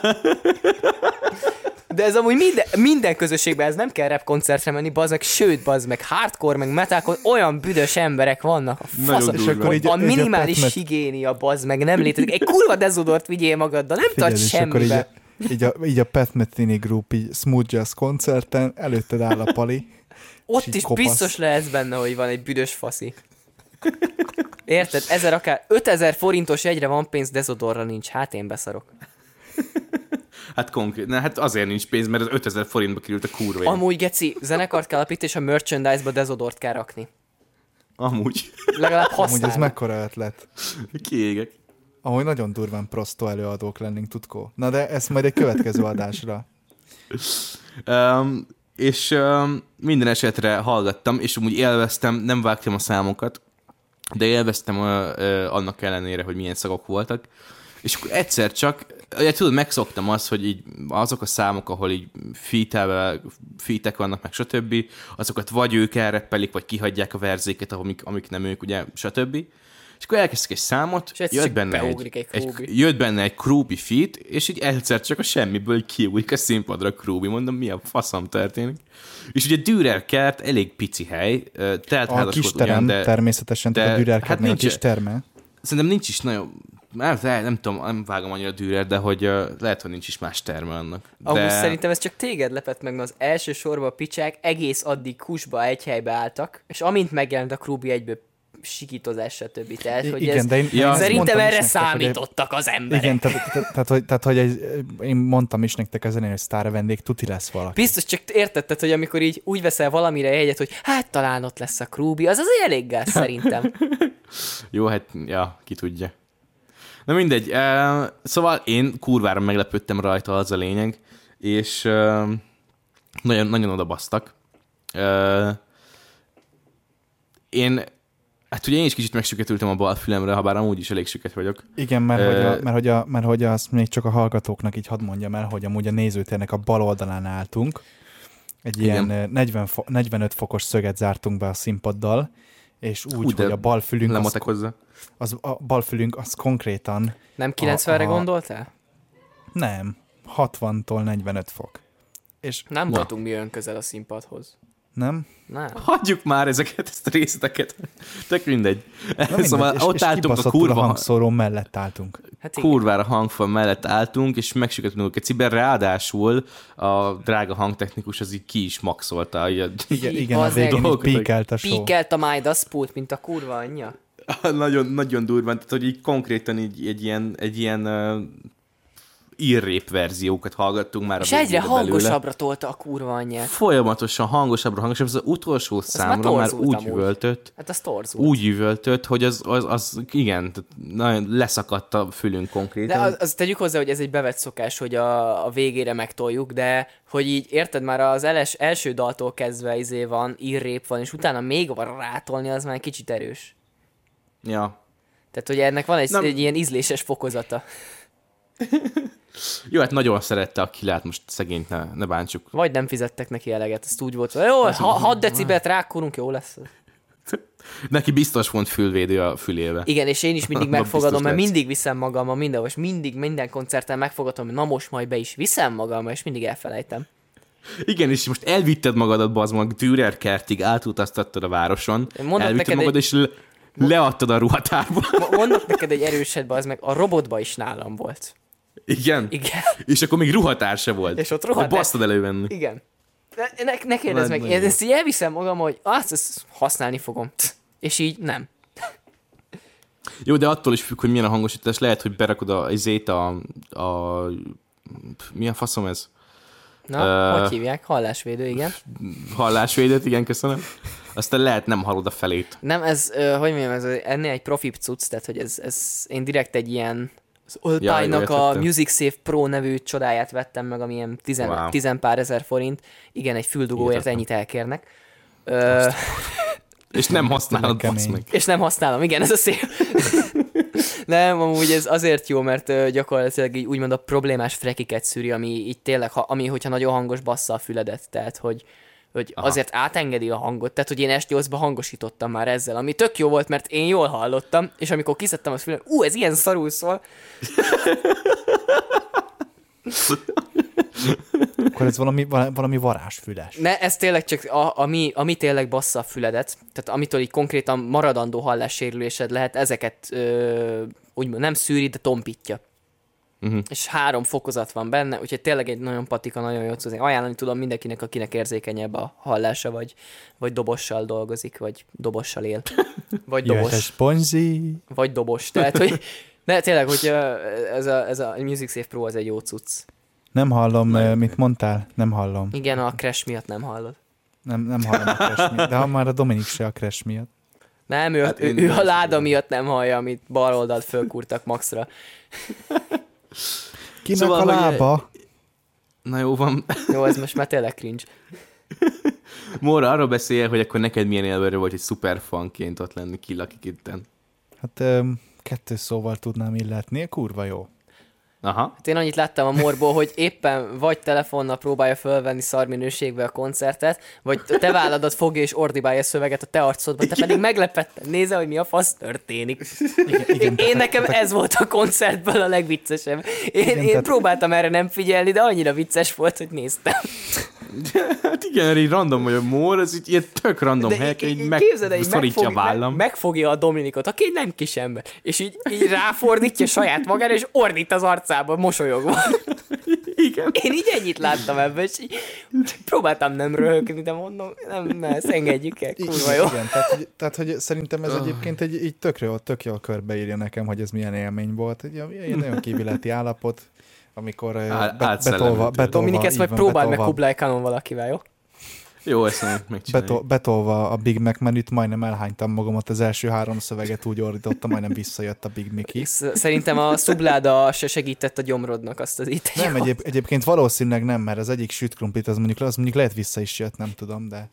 De ez amúgy minden közösségben, ez nem kell rap koncertre menni, bazd meg, sőt, bazd meg, hardcore, meg metalcore, olyan büdös emberek vannak, a faszom, hogy a minimális higiénia, bazd meg, nem létezik. Egy kurva dezodort vigyél magaddal, nem tart semmibe. Így a Pat Metheny Group, így Smooth Jazz koncerten, előtted áll a pali. Ott is kopasz. Biztos lehetsz benne, hogy van egy büdös faszi. Érted? 5000 forintos jegyre van pénz, dezodorra nincs. Hát én beszarok. Hát konkrét. Hát azért nincs pénz, mert az 5000 forintba került a kurva. Amúgy, geci, zenekart kell alapítani, és a merchandise-ba dezodort kell rakni. Amúgy. Legalább használni. Amúgy ez mekkora ötlet. Kiégek. Ahogy nagyon durván prosto előadók lennénk, tudkó. Na de ezt majd egy következő adásra. És minden esetre hallgattam, és amúgy élveztem, nem vágtam a számokat, de élveztem annak ellenére, hogy milyen szagok voltak. És akkor egyszer csak, tudod, megszoktam azt, hogy így azok a számok, ahol így featek vannak, meg stb., azokat vagy ők elreppelik, vagy kihagyják a verzéket, amik nem ők, ugye, stb. És akkor elkezdtek egy számot, jött benne egy Krúbi feat, és így egyszer csak a semmiből kiújik a színpadra Krúbi. Mondom, mi a faszom történik? És ugye Dürer kert elég pici hely, teltházas volt ugyan, de... természetesen, tehát a Dürer kertnél a kis terme. Szerintem nincs is nagyon... Nem tudom, nem vágom annyira Dürer, de hogy lehet, hogy nincs is más terme annak. Ahhoz szerintem ez csak téged lepett meg, mert az első sorban a picsák egész addig kusba egy helybe álltak, és amint megjelent a Krúbi egyből sikítozás, stb. Tehát, hogy igen, ez, szerintem erre számítottak az emberek. Igen, tehát hogy én mondtam is nektek ezen, hogy sztár vendég, tuti lesz valaki. Biztos, csak értetted, hogy amikor így úgy veszel valamire jegyet, hogy hát talán ott lesz a Krúbi, az azért elég gáz szerintem. Jó, hát, ja, ki tudja. Na mindegy, szóval én kurvára meglepődtem rajta, az a lényeg, és nagyon, nagyon odabasztak. Hát ugye én is kicsit megsüketültem a bal fülemre, ha bár amúgy is elég süket vagyok. Igen, mert hogy azt még csak a hallgatóknak így hadd mondjam el, hogy amúgy a nézőtérnek a bal oldalán álltunk. Egy ilyen 45 fokos szöget zártunk be a színpaddal, és úgy, hogy a bal fülünk a bal fülünk az konkrétan... Nem 90-re gondoltál? Nem, 60-tól 45 fok. És nem voltunk mi olyan közel a színpadhoz. Nem? Hagyjuk már ezt a részleteket. Tök mindegy. Szóval ott álltunk a kurva hangszóró mellett álltunk. Hát kurvára hangfal mellett álltunk, és megsüketülünk a ciber, ráadásul a drága hangtechnikus az így ki is maxolta. Igen, a végén píkelt a show. Píkelt a Midas pult, mint a kurva anyja. Nagyon, nagyon durván, tehát hogy így konkrétan így egy ilyen írrép verziókat hallgattunk már. És egyre hangosabbra tolta a kurva anyját. Folyamatosan hangosabbra. Az utolsó számra már úgy üvöltött. Hát az torzult. Úgy üvöltött, hogy az igen, nagyon leszakadt a fülünk konkrétan. De azt tegyük hozzá, hogy ez egy bevett szokás, hogy a végére megtoljuk, de hogy így érted, már az első daltól kezdve van, írrép van, és utána még van rátolni, az már egy kicsit erős. Ja. Tehát, hogy ennek van egy ilyen ízléses fokozata. Jó, hát nagyon szerette a Kilát, most szegényt ne bántsuk. Vagy nem fizettek neki eleget, ezt úgy volt, hogy jó, 6 decibelt rákkorunk, jó lesz. Neki biztos volt fülvédő a fülébe. Igen, és én is mindig megfogadom, mert mindig viszem magammal mindenhol, és mindig minden koncerten megfogadom, hogy na most majd be is viszem magammal, és mindig elfelejtem. Igen, és most elvitted magadat, bazd meg, Dürer kertig, átutaztattad a városon, elvitted magad, és leadtad a ruhatárba. Mondok neked egy erősebb, bazd meg, a robotba is nálam volt. Igen? Igen. És akkor még ruhatár se volt. És ott ruhatár. Basztad elővenni. Igen. Ne kérdezz meg, én ezt így elviszem magam, hogy ezt használni fogom. És így nem. Jó, de attól is függ, hogy milyen a hangosítás. Lehet, hogy berakod a milyen faszom ez? Na, hogy hívják? Hallásvédő, igen. Hallásvédőt, igen, köszönöm. Aztán lehet nem hallod a felét. Nem, ez, hogy mondjam, ez ennél egy profibb cucc, tehát hogy ez én direkt egy ilyen az Alpine-nak a Music Safe Pro nevű csodáját vettem meg, ami ilyen 10 pár ezer forint. Igen, egy füldugóért ennyit elkérnek. És nem használod, basz meg. És nem használom, igen, ez a szép. Nem, amúgy ez azért jó, mert gyakorlatilag így úgymond a problémás frekiket szűri, ami így tényleg, hogyha nagyon hangos bassza a füledet, tehát hogy azért átengedi a hangot, tehát hogy én S8-ba hangosítottam már ezzel, ami tök jó volt, mert én jól hallottam, és amikor kiszedtem a fülemet, ez ilyen szarul szól. Akkor ez valami varázsfüles. Ne, ez tényleg csak ami tényleg bassza a füledet, tehát amitől így konkrétan maradandó hallássérülésed lehet, ezeket úgymond nem szűri, de tompítja. És 3 fokozat van benne, úgyhogy tényleg egy nagyon patika, nagyon jó cucc. Ajánlani tudom mindenkinek, akinek érzékenyebb a hallása, vagy dobossal dolgozik, vagy dobossal él. Vagy dobos. Vagy dobos. Tehát, hogy tényleg, hogy ez a Music Safe Pro az egy jó cucc. Nem hallom, mit mondtál? Nem hallom. Igen, a crash miatt nem hallod. Nem hallom a crash miatt, de ha már a Dominik se a crash miatt. Nem, ő a láda miatt nem hallja, amit bal oldalt fölkúrtak maxra. Kinek szóval, a lába? Na jó van. Jó, ez most már tényleg cringe. Móra, arról beszélj, hogy akkor neked milyen élvező volt egy szuperfanként ott lenni Kill la Kick It-en. Hát 2 szóval tudnám illetni, kurva jó. Aha. Hát én annyit láttam a Morból, hogy éppen vagy telefonnal próbálja fölvenni szarminőségbe a koncertet, vagy te válladat fogja és ordibálja a szöveget a te arcodba, te pedig meglepetten nézel, hogy mi a fasz történik. Igen, én nekem ez volt a koncertből a legviccesebb. Én próbáltam erre nem figyelni, de annyira vicces volt, hogy néztem. Hát igen, így random vagy a Mór, ez így ilyen tök random helyek, így megszorítja a vállam. Megfogja a Dominikot, aki nem kis ember, és így ráfordítja saját magára, és ordít az arcába, mosolyogva. Igen. Én így ennyit láttam ebben, és így próbáltam nem röhögni, de mondom, nem, ezt engedjük el, kurva jó. Igen, tehát hogy szerintem ez egyébként így tök jól körbeírja nekem, hogy ez milyen élmény volt. Egy nagyon kívületi állapot, amikor betolva Dominik, ezt majd próbáld meg Kublai Khanon valakivel, jó? Jó, ezt megcsináljuk. Betolva a Big Mac menüt, majdnem elhánytam magamat, az első 3 szöveget úgy ordítottam, majdnem visszajött a Big Mickey. Szerintem a szubláda se segített a gyomrodnak, azt az itt. Nem, egyébként valószínűleg nem, mert az egyik süt krumplit, az mondjuk lehet vissza is jött, nem tudom, de...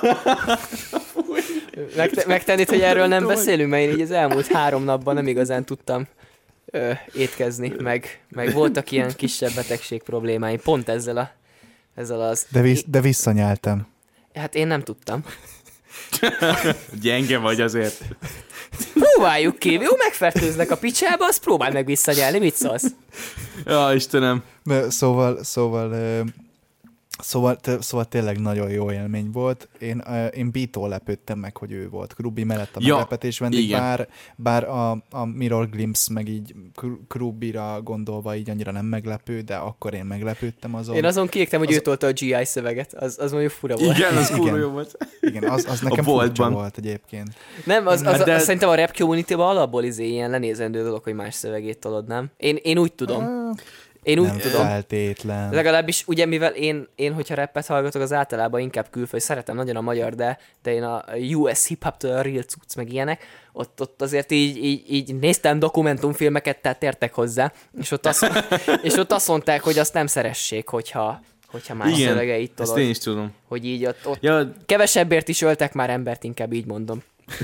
Megtennéd, hogy erről nem beszélünk, mert én így az elmúlt 3 napban nem igazán tudtam étkezni, meg voltak ilyen kisebb betegség problémáim, pont ezzel az... De visszanyeltem. Hát én nem tudtam. Gyenge vagy azért. Próbáljuk ki, jó, megfertőzlek a picsába, azt próbálj meg visszanyelni, mit szólsz? Ja, Istenem. Szóval tényleg nagyon jó élmény volt. Én B-tól lepődtem meg, hogy ő volt Krubi mellett a meglepetés vendég, bár a Mirror Glimpse meg így Krubira gondolva így annyira nem meglepő, de akkor én meglepődtem azon. Én azon kiégtem, hogy ő tolta a GI szöveget, az mondjuk fura volt. Igen, az kurva jó volt. Igen, az nekem furcsa volt egyébként. Nem, az szerintem a rap community-ban alapból ilyen lenézendő dolog, hogy más szövegét tolod, nem? Én úgy tudom. Én úgy nem tudom. Feltétlen. Legalábbis ugye, mivel én hogyha rappet hallgatok, az általában inkább külföld, szeretem nagyon a magyar, de én a US hip-hop-től a real cucc meg ilyenek, ott azért így néztem dokumentumfilmeket, tehát értek hozzá, és ott azt mondták, hogy azt nem szeressék, hogyha más szövegeit tolod. Ezt én is tudom. Hogy így ott kevesebbért is öltek már embert, inkább így mondom.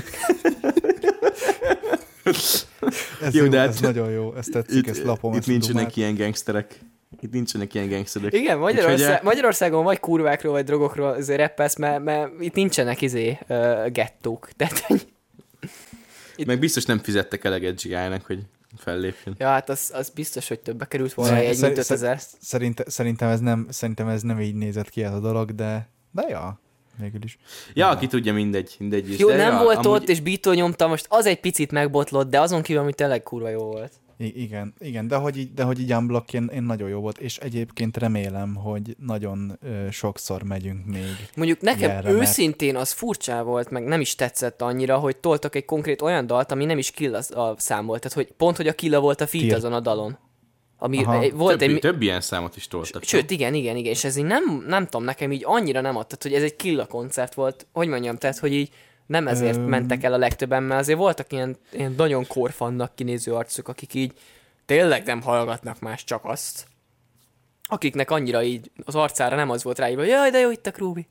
Ez nagyon jó, ezt tetszik, ezt lapom. Itt nincsenek ilyen gangsterek. Igen, Magyarországon vagy kurvákról, vagy drogokról azért rappelsz, mert itt nincsenek gettók. Tehát, meg biztos nem fizettek eleget GI-nek, hogy fellépjön. Ja, hát az biztos, hogy többbe került volna egy 5000. Szerintem ez nem így nézett ki ez a dolog, de ja. Végül is. Ja, aki tudja, mindegy is. Jó, nem volt ott, és beattól nyomta, most az egy picit megbotlott, de azon kívül, ami tényleg kurva jó volt. Igen, de hogy így unblock én nagyon jó volt, és egyébként remélem, hogy nagyon sokszor megyünk még. Mondjuk nekem ilyenre, őszintén az furcsá volt, meg nem is tetszett annyira, hogy toltak egy konkrét olyan dalt, ami nem is kill a szám volt. Tehát, hogy pont, hogy a Killa volt a feat azon a dalon. Ami volt több ilyen számot is toltak. Sőt, igen, és ez így nem tudom, nekem így annyira nem adta, hogy ez egy Killa koncert volt, hogy mondjam, tehát, hogy így nem ezért mentek el a legtöbben, mert azért voltak ilyen nagyon korfannak kinéző arcok, akik így tényleg nem hallgatnak más, csak azt. Akiknek annyira így az arcára nem az volt ráírva, jaj, de jó itt a Krúbi.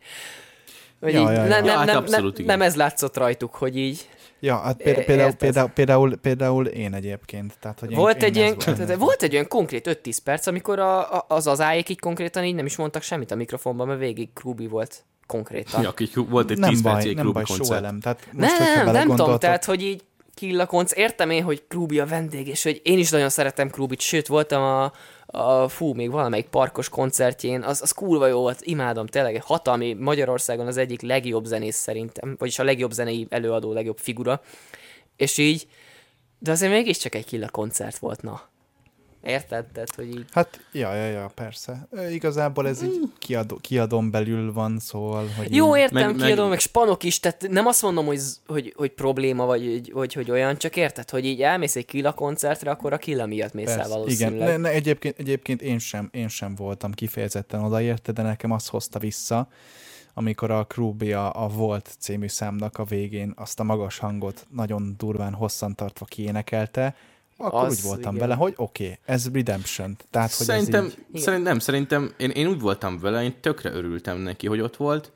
Nem ez látszott rajtuk, hogy így... Ja, hát például én egyébként. Tehát, hogy volt egy olyan konkrét 5-10 perc, amikor az ájék így konkrétan így nem is mondtak semmit a mikrofonban, mert végig Krúbi volt konkrétan. Ja, volt egy 10 perc egy Krúbi koncert. Nem tudom, tehát, hogy így Killa koncert, értem én, hogy Krúbi a vendég, és hogy én is nagyon szeretem Krúbit, sőt, voltam még valamelyik parkos koncertjén, az kurva jó volt, imádom, tényleg hatalmi, Magyarországon az egyik legjobb zenész szerintem, vagyis a legjobb zenei előadó, legjobb figura, és így, de azért mégiscsak egy Killa koncert volt, na. Érted? Tehát, hogy így... Hát, ja, persze. Igazából ez így kiadón belül van, szóval... Hogy jó, értem, kiadom, meg spanok is, tehát nem azt mondom, hogy probléma, vagy hogy olyan, csak érted, hogy így elmész egy Killa koncertre, akkor a Killa miatt mész el valószínűleg. Igen, egyébként én sem voltam kifejezetten odaérte, de nekem azt hozta vissza, amikor a Krúbi a Volt című számnak a végén azt a magas hangot nagyon durván hosszantartva kiénekelte, akkor úgy voltam vele, hogy oké, ez Redemption. Tehát, hogy szerintem én úgy voltam vele, én tökre örültem neki, hogy ott volt,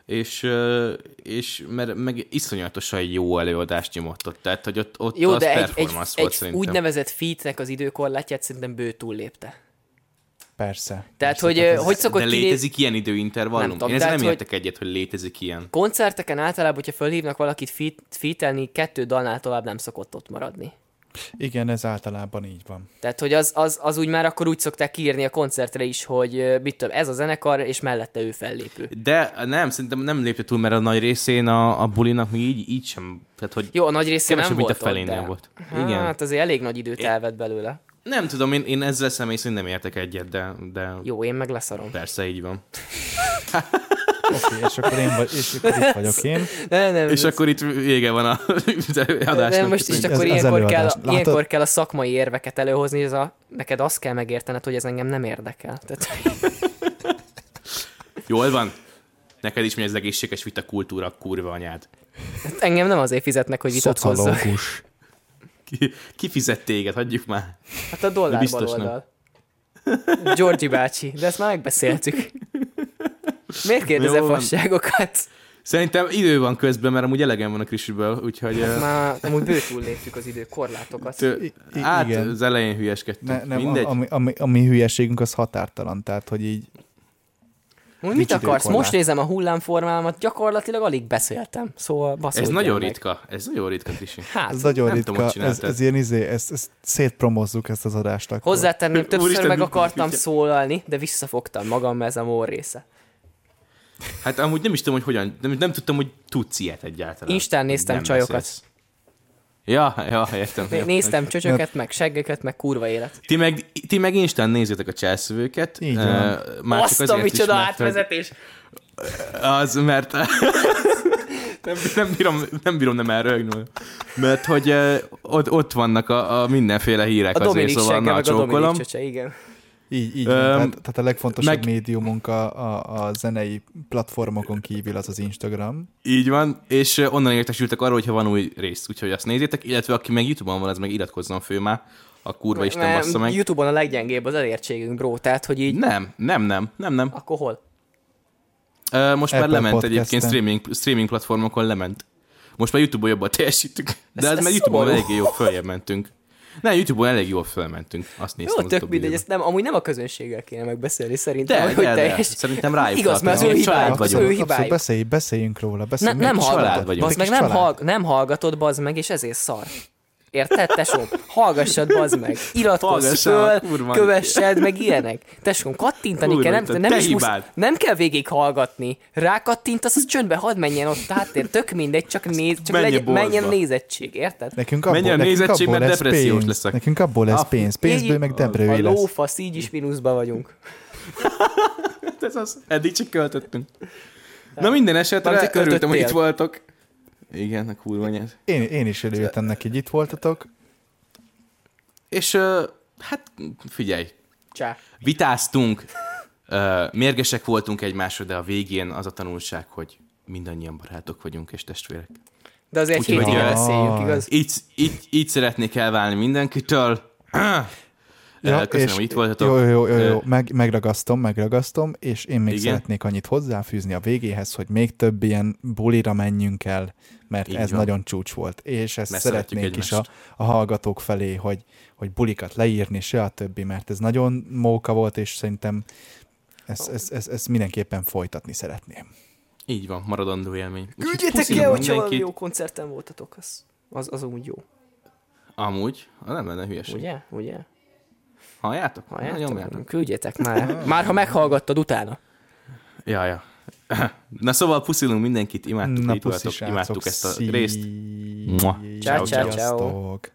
és mert meg iszonyatosan jó előadást nyomott ott, tehát hogy ott jó, az de performance volt szerintem. Úgynevezett featnek az időkorlátját szerintem bő túllépte. Persze. Tehát, hogy szokott de létezik ilyen időintervallum? Én ezzel nem értek egyet, hogy létezik ilyen. Koncerteken általában, hogyha felhívnak valakit featelni, 2 dalnál tovább nem szokott ott maradni. Igen, ez általában így van. Tehát, hogy az úgy már akkor úgy szokták kiírni a koncertre is, hogy mit tudom, ez a zenekar, és mellette ő fellépő. De nem, szerintem nem lépte túl, mert a nagy részén a bulinak még így sem. Tehát, hogy jó, a nagy részén nem volt mint a felén nem volt. Igen. Hát azért elég nagy időt elvett belőle. Nem tudom, én ezzel személy szerint nem értek egyet, de... Jó, én meg leszarom. Persze, így van. Oké, és akkor itt vagyok én. Nem, és akkor itt vége van a adásnak. Nem, most is akkor ilyenkor kell a szakmai érveket előhozni, ez neked azt kell megértened, hogy ez engem nem érdekel. Tehát... Jól van. Neked is megy az egészséges vita kultúra, kurva anyád. Engem nem azért fizetnek, hogy vitatkozzak. Ki fizet téged? Hagyjuk már. Hát a dollárban oldal. Georgi bácsi, de ezt már megbeszéltük. Miért kérdezel fasságokat? Szerintem idő van közben, mert amúgy elegem van a Krisiből, úgyhogy... Már amúgy bőtül léptük az időkorlátokat. Igen. Az elején hülyeskedtünk. Mindegy. A mi hülyeségünk az határtalan, tehát hogy így... Mit akarsz? Most nézem a hullámformámat, gyakorlatilag alig beszéltem. Szóval ez nagyon ritka. Ez nagyon ritka, Krisi. Hát, ez nagyon ritka. Ez ilyen ezt szétpromozzuk ezt az adást. Akkor. Hozzátenném, többször meg akartam szólalni, de visszafogtam magam, mert ez a mór része. Hát amúgy nem is tudom, hogy hogyan, nem tudtam, hogy tudsz ilyet egyáltalán. Instán néztem nem csajokat. Beszélsz. Ja, értem. Néztem csöcsöket, meg seggeket, meg kurva élet. Ti meg Instán nézzétek a cselszövőket. Így van. Azt a micsoda átvezetés! Az, mert... nem bírom nem elrögni. Mert hogy ott vannak a mindenféle hírek a azért, szóval na csókolom. A Dominik csöcse, igen. Így tehát a legfontosabb médiumunk a zenei platformokon kívül az Instagram. Így van, és onnan értesültek arról, hogyha van új rész, úgyhogy azt nézzétek, illetve aki meg YouTube-on van, az meg iratkozzon föl már, a kurva Isten bassza meg. YouTube-on a leggyengébb az elértségünk, bro, tehát hogy így... Nem. Akkor hol? Most Apple már lement podcasten. Egyébként streaming platformokon lement. Most már YouTube-on jobban teljesítünk, de ez már YouTube-on eléggé jó följebb mentünk. Nem, YouTube-on elég jól felmentünk. Azt néztem. Jó, tök mindegy, ezt amúgy nem a közönséggel kéne megbeszélni szerintem. De. Szerintem rájuk. Igaz, mert az ő hibájuk. Beszéljünk róla. Nem hallgatod, bazd meg, nem hallgatod, bazd meg, és ezért szar. Érted, tesóm? Hallgassad, bazd meg. Iratkozz föl, kövessed, meg ilyenek. Tesóm, kattintani kell, nem kell végig hallgatni. Rákattintasz, az csöndbe, hadd menjen ott háttér, tök mindegy, csak menjen nézettség, érted? Menjen a nézettség, mert depressziós leszek. Nekünk abból lesz pénz, pénzből meg deprői lesz. A lófasz, így is mínuszba vagyunk. Ez az, eddig csak költöttünk. Na minden esetre örültem, hogy itt voltok. Igen, a kurva nyert. Én is örültem neki, hogy itt voltatok. És hát figyelj. Csá. Vitáztunk, mérgesek voltunk egymásra, de a végén az a tanulság, hogy mindannyian barátok vagyunk és testvérek. De azért hétig beszéljünk, igaz? Így szeretnék elválni mindenkitől. Ja, köszönöm, hogy itt voltatok. Jó. Megragasztom, és én még szeretnék annyit hozzáfűzni a végéhez, hogy még több ilyen bulira menjünk el, mert így ez van. Nagyon csúcs volt. És ezt szeretnék is a hallgatók felé, hogy bulikat leírni, se a többi, mert ez nagyon móka volt, és szerintem ezt mindenképpen folytatni szeretném. Így van, maradandó élmény. Küldjetek el, hogyha valami jó koncerten voltatok, az amúgy jó. Amúgy? Nem lenne hülyeség. Ugye? Halljátok? Küldjetek már. Már ha meghallgattad utána. Ja. Na szóval puszilunk mindenkit, imádtuk ezt a részt. Ciao.